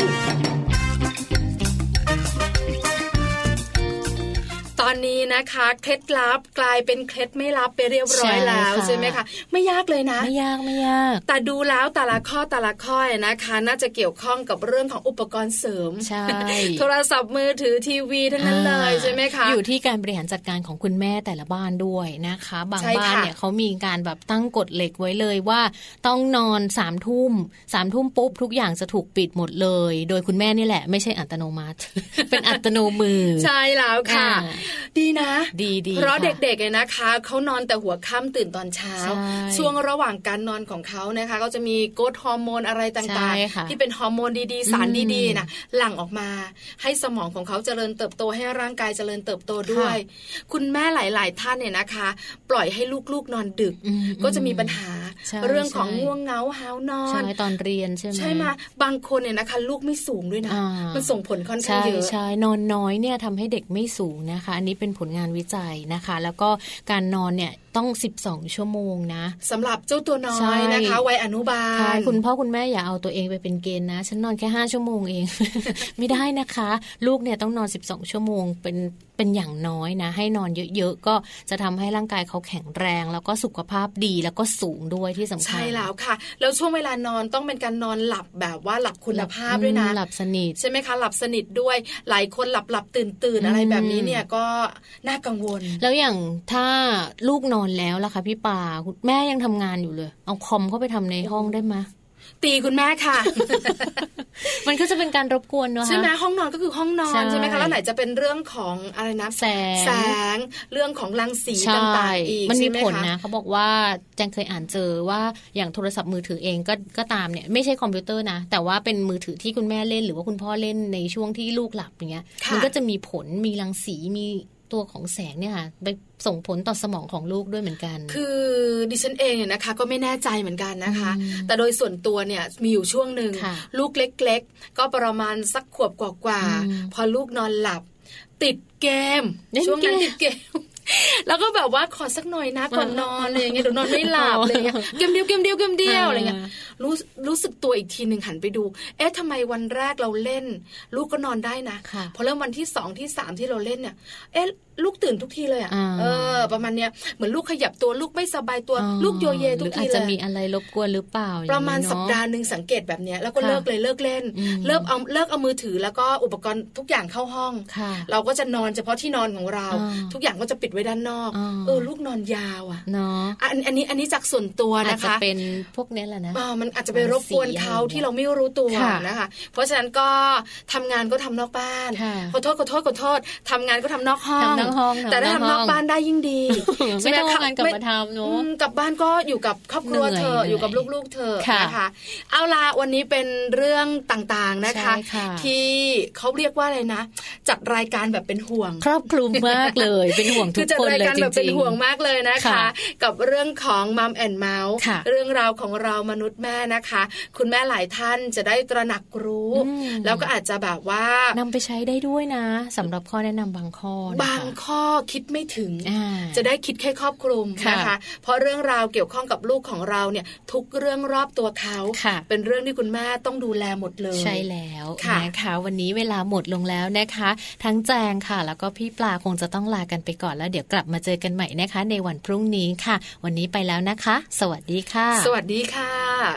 ตอนนี้นะคะเคล็ดลับกลายเป็นเคล็ดไม่ลับไปเรียบร้อยแล้วใช่ไหมคะไม่ยากเลยนะไม่ยากไม่ยากแต่ดูแล้วแต่ละข้อแต่ละข้อนะคะน่าจะเกี่ยวข้องกับเรื่องของอุปกรณ์เสริมใช่โทรศัพท์มือถือทีวีทั้งนั้นเลยใช่ไหมคะอยู่ที่การบริหารจัดการของคุณแม่แต่ละบ้านด้วยนะคะบางบ้านเนี่ยเขามีการแบบตั้งกฎเหล็กไว้เลยว่าต้องนอนสามทุ่มสามทุ่มปุ๊บทุกอย่างจะถูกปิดหมดเลยโดยคุณแม่นี่แหละไม่ใช่อัตโนมัติ เป็นอัตโนมือใช่แล้วค่ะดีนะดีๆเพราะเด็กๆเนี่ยนะคะเขานอนแต่หัวค่ำตื่นตอนเช้าช่วงระหว่างการนอนของเขานะคะก็จะมีโกรทฮอร์โมนอะไรต่างๆที่เป็นฮอร์โมนดีๆสารดีๆนะหลั่งออกมาให้สมองของเขาเจริญเติบโตให้ร่างกายเจริญเติบโตด้วยคุณแม่หลายๆท่านเนี่ยนะคะปล่อยให้ลูกๆนอนดึกก็จะมีปัญหาเรื่องของง่วงเหงาหาวนอนใช่ตอนเรียนใช่ไหมใช่ไหมบางคนเนี่ยนะคะลูกไม่สูงด้วยนะมันส่งผลค่อนข้างเยอะใช่นอนน้อยเนี่ยทำให้เด็กไม่สูงนะคะอันนี้เป็นผลงานวิจัยนะคะแล้วก็การนอนเนี่ยต้องสิบสองชั่วโมงนะสำหรับเจ้าตัวน้อยนะคะวัยอนุบาลคุณพ่อคุณแม่อย่าเอาตัวเองไปเป็นเกณฑ์นะฉันนอนแค่ห้าชั่วโมงเอง ไม่ได้นะคะลูกเนี่ยต้องนอนสิบสองชั่วโมงเป็นเป็นอย่างน้อยนะให้นอนเยอะๆก็จะทำให้ร่างกายเขาแข็งแรงแล้วก็สุขภาพดีแล้วก็สูงด้วยที่สำคัญใช่แล้วค่ะแล้วช่วงเวลานอนต้องเป็นการนอนหลับแบบว่าหลับคุณภาพด้วยนะหลับสนิทใช่ไหมคะหลับสนิทด้วยหลายคนหลับหลับตื่นตื่นอะไรแบบนี้เนี่ยก็น่ากังวลแล้วอย่างถ้าลูกนอนแล้วล่ะคะพี่ป่าแม่ยังทำงานอยู่เลยเอาคอมเข้าไปทำในห้องได้ไหมตีคุณแม่ค่ะมันก็จะเป็นการรบกวนเนอะใช่ไหมห้องนอนก็คือห้องนอนใช่ไหมคะแล้วไหนจะเป็นเรื่องของอะไรนะแสงแสงเรื่องของรังสีต่างๆอีกมันมีผลนะเขาบอกว่าแจงเคยอ่านเจอว่าอย่างโทรศัพท์มือถือเองก็ก็ตามเนี่ยไม่ใช่คอมพิวเตอร์นะแต่ว่าเป็นมือถือที่คุณแม่เล่นหรือว่าคุณพ่อเล่นในช่วงที่ลูกหลับอย่างเงี้ยมันก็จะมีผลมีรังสีมีตัวของแสงเนี่ยค่ะไปส่งผลต่อสมองของลูกด้วยเหมือนกันคือดิฉันเองเนี่ยนะคะก็ไม่แน่ใจเหมือนกันนะคะแต่โดยส่วนตัวเนี่ยมีอยู่ช่วงหนึ่งลูกเล็กๆก็ประมาณสักขวบกว่าๆพอลูกนอนหลับติดเกมช่วงนั้นติดเกมแล้วก็แบบว่าขอสักหน่อยนะก่อนนอนอะไรอย่างเงี้ยเดี๋ยวนอนไม่หลับอะไรเงี้ยเกมเดียวเกมเดียวเกมเดียวอะไรเงี้ยรู้รู้สึกตัวอีกทีนึงหันไปดูเอ๊ะทำไมวันแรกเราเล่นลูกก็นอนได้นะพอเริ่มวันที่สองที่สามที่เราเล่นเนี่ยเอ๊ะลูกตื่นทุกทีเลยอ่ะเออประมาณเนี้ยเหมือนลูกขยับตัวลูกไม่สบายตัวลูกโยเยทุกทีเลยอาจจะมีอะไรรบกวนหรือเปล่าประมาณสัปดาห์นึงสังเกตแบบเนี้ยแล้วก็เลิกเลยเลิกเล่นเลิกเอาเลิกเอามือถือแล้วก็อุปกรณ์ทุกอย่างเข้าห้องเราก็จะนอนเฉพาะที่นอนของเราทุกอย่างก็จะปิดไว้ด้านนอกเออลูกนอนยาวอ่ะเนาะอันอันนี้อันนี้จากส่วนตัวนะคะอาจจะเป็นพวกนี้แหละนะมันอาจจะไปรบกวนเขาที่เราไม่รู้ตัวนะคะเพราะฉะนั้นก็ทำงานก็ทำนอกบ้านขอโทษขอโทษขอโทษทำงานก็ทำนอกห้องแต่ถ้าทำนอกบ้านได้ยิ่งดีไม่ต้องงานกลับมาทำเนาะกลับบ้านก็อยู่กับครอบครัวเธออยู่กับลูกๆเธอนะคะเอาล่ะวันนี้เป็นเรื่องต่างๆนะคะที่เขาเรียกว่าอะไรนะจัดรายการแบบเป็นห่วงครอบคลุมมากเลยเป็นห่วงทุกคนเลยจริงๆแบบเป็นห่วงมากเลยนะคะกับเรื่องของมัมแอนด์เมาส์เรื่องราวของเรามนุษย์แม่นะคะคุณแม่หลายท่านจะได้ตระหนักรู้แล้วก็อาจจะแบบว่านำไปใช้ได้ด้วยนะสำหรับข้อแนะนำบางข้อบางข้อคิดไม่ถึงจะได้คิดแค่ครอบคลุมนะคะเพราะเรื่องราวเกี่ยวข้องกับลูกของเราเนี่ยทุกเรื่องรอบตัวเขาเป็นเรื่องที่คุณแม่ต้องดูแลหมดเลยใช่แล้วนะคะวันนี้เวลาหมดลงแล้วนะคะทั้งแจงค่ะแล้วก็พี่ปลาคงจะต้องลากันไปก่อนแล้วเดี๋ยวกลับมาเจอกันใหม่นะคะในวันพรุ่งนี้ค่ะวันนี้ไปแล้วนะคะสวัสดีค่ะสวัสดีค่ะ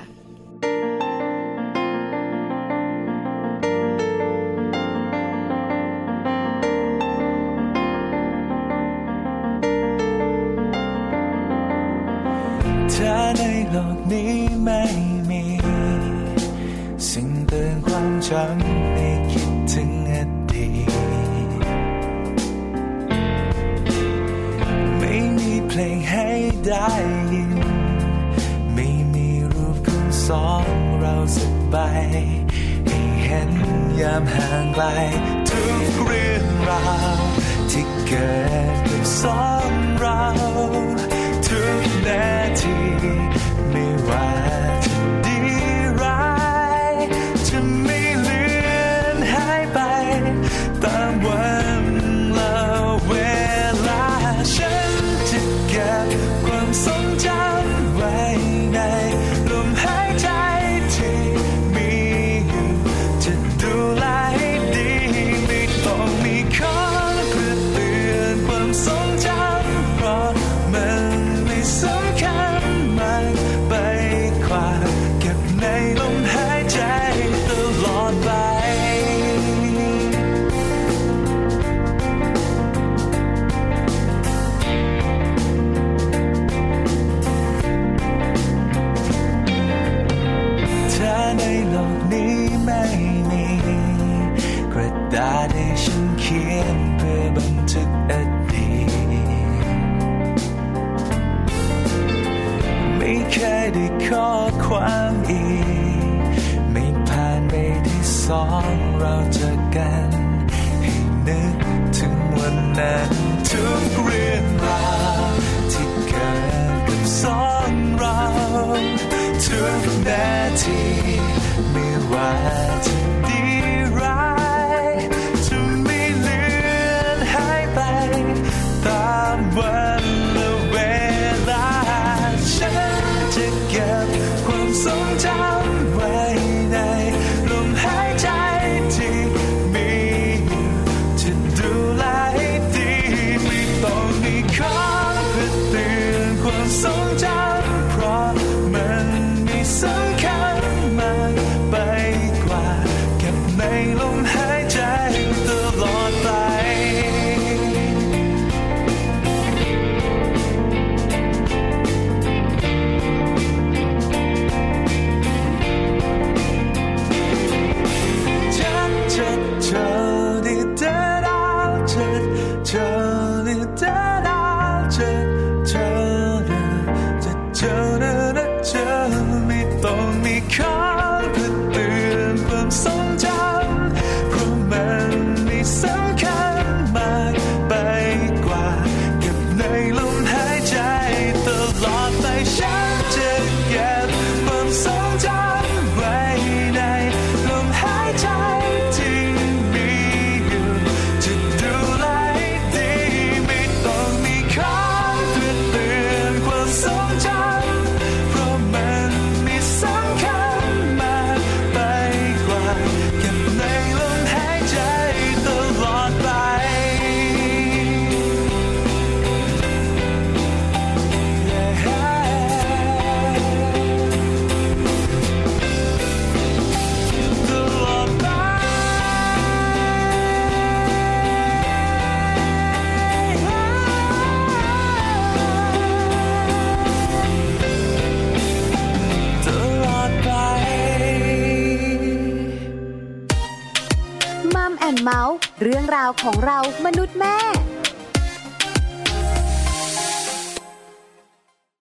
ถ้าในโลกนี้ไม่มีสิ่งเตือนความจำให้คิดถึงอดีตไม่มีเพลงให้ได้ยินไม่มีรูปของสองเราสักใบให้เห็นยามห่างไกลทุกเรื่องราวที่เกิดกับสองเราทุกนาทีไม่ว่าจะดีร้ายจะไม่เลือนหายไปตามวันและเวลาฉันจะเก็บความทรงจำไว้ในลมหายใจที่มีอยู่จะดูแลให้ดีไม่ต้องมีข้อเพื่อเตือนความทรงจำเพราะมันสำคัญมากไปกว่าเก็บในลมหายใจตลอดไปถ้าในโลกนี้ไม่มีกระดาษให้ฉันเขียนเพื่อบันทึกอดีตไม่เคยได้ข้อความอีกไม่ผ่านไปที่สองเราเจอกันให้นึกถึงวันนั้นทุกเรื่องราวที่เกิดกับสองเราทุกนาทีไม่ว่าจะดีร้ายจะไม่เลือนหายไปตามวันและเวลาฉันจะเก็บความทรงจำไว้ในลมหายใจที่มีอยู่จะดูแลให้ดีไม่ต้องมีข้อเพื่อเตือนความทรงจำเพราะมันไม่สำคัญมากไปกว่าเก็บในลมหายใจตลอดไปเมาส์เรื่องราวของเรามนุษย์แม่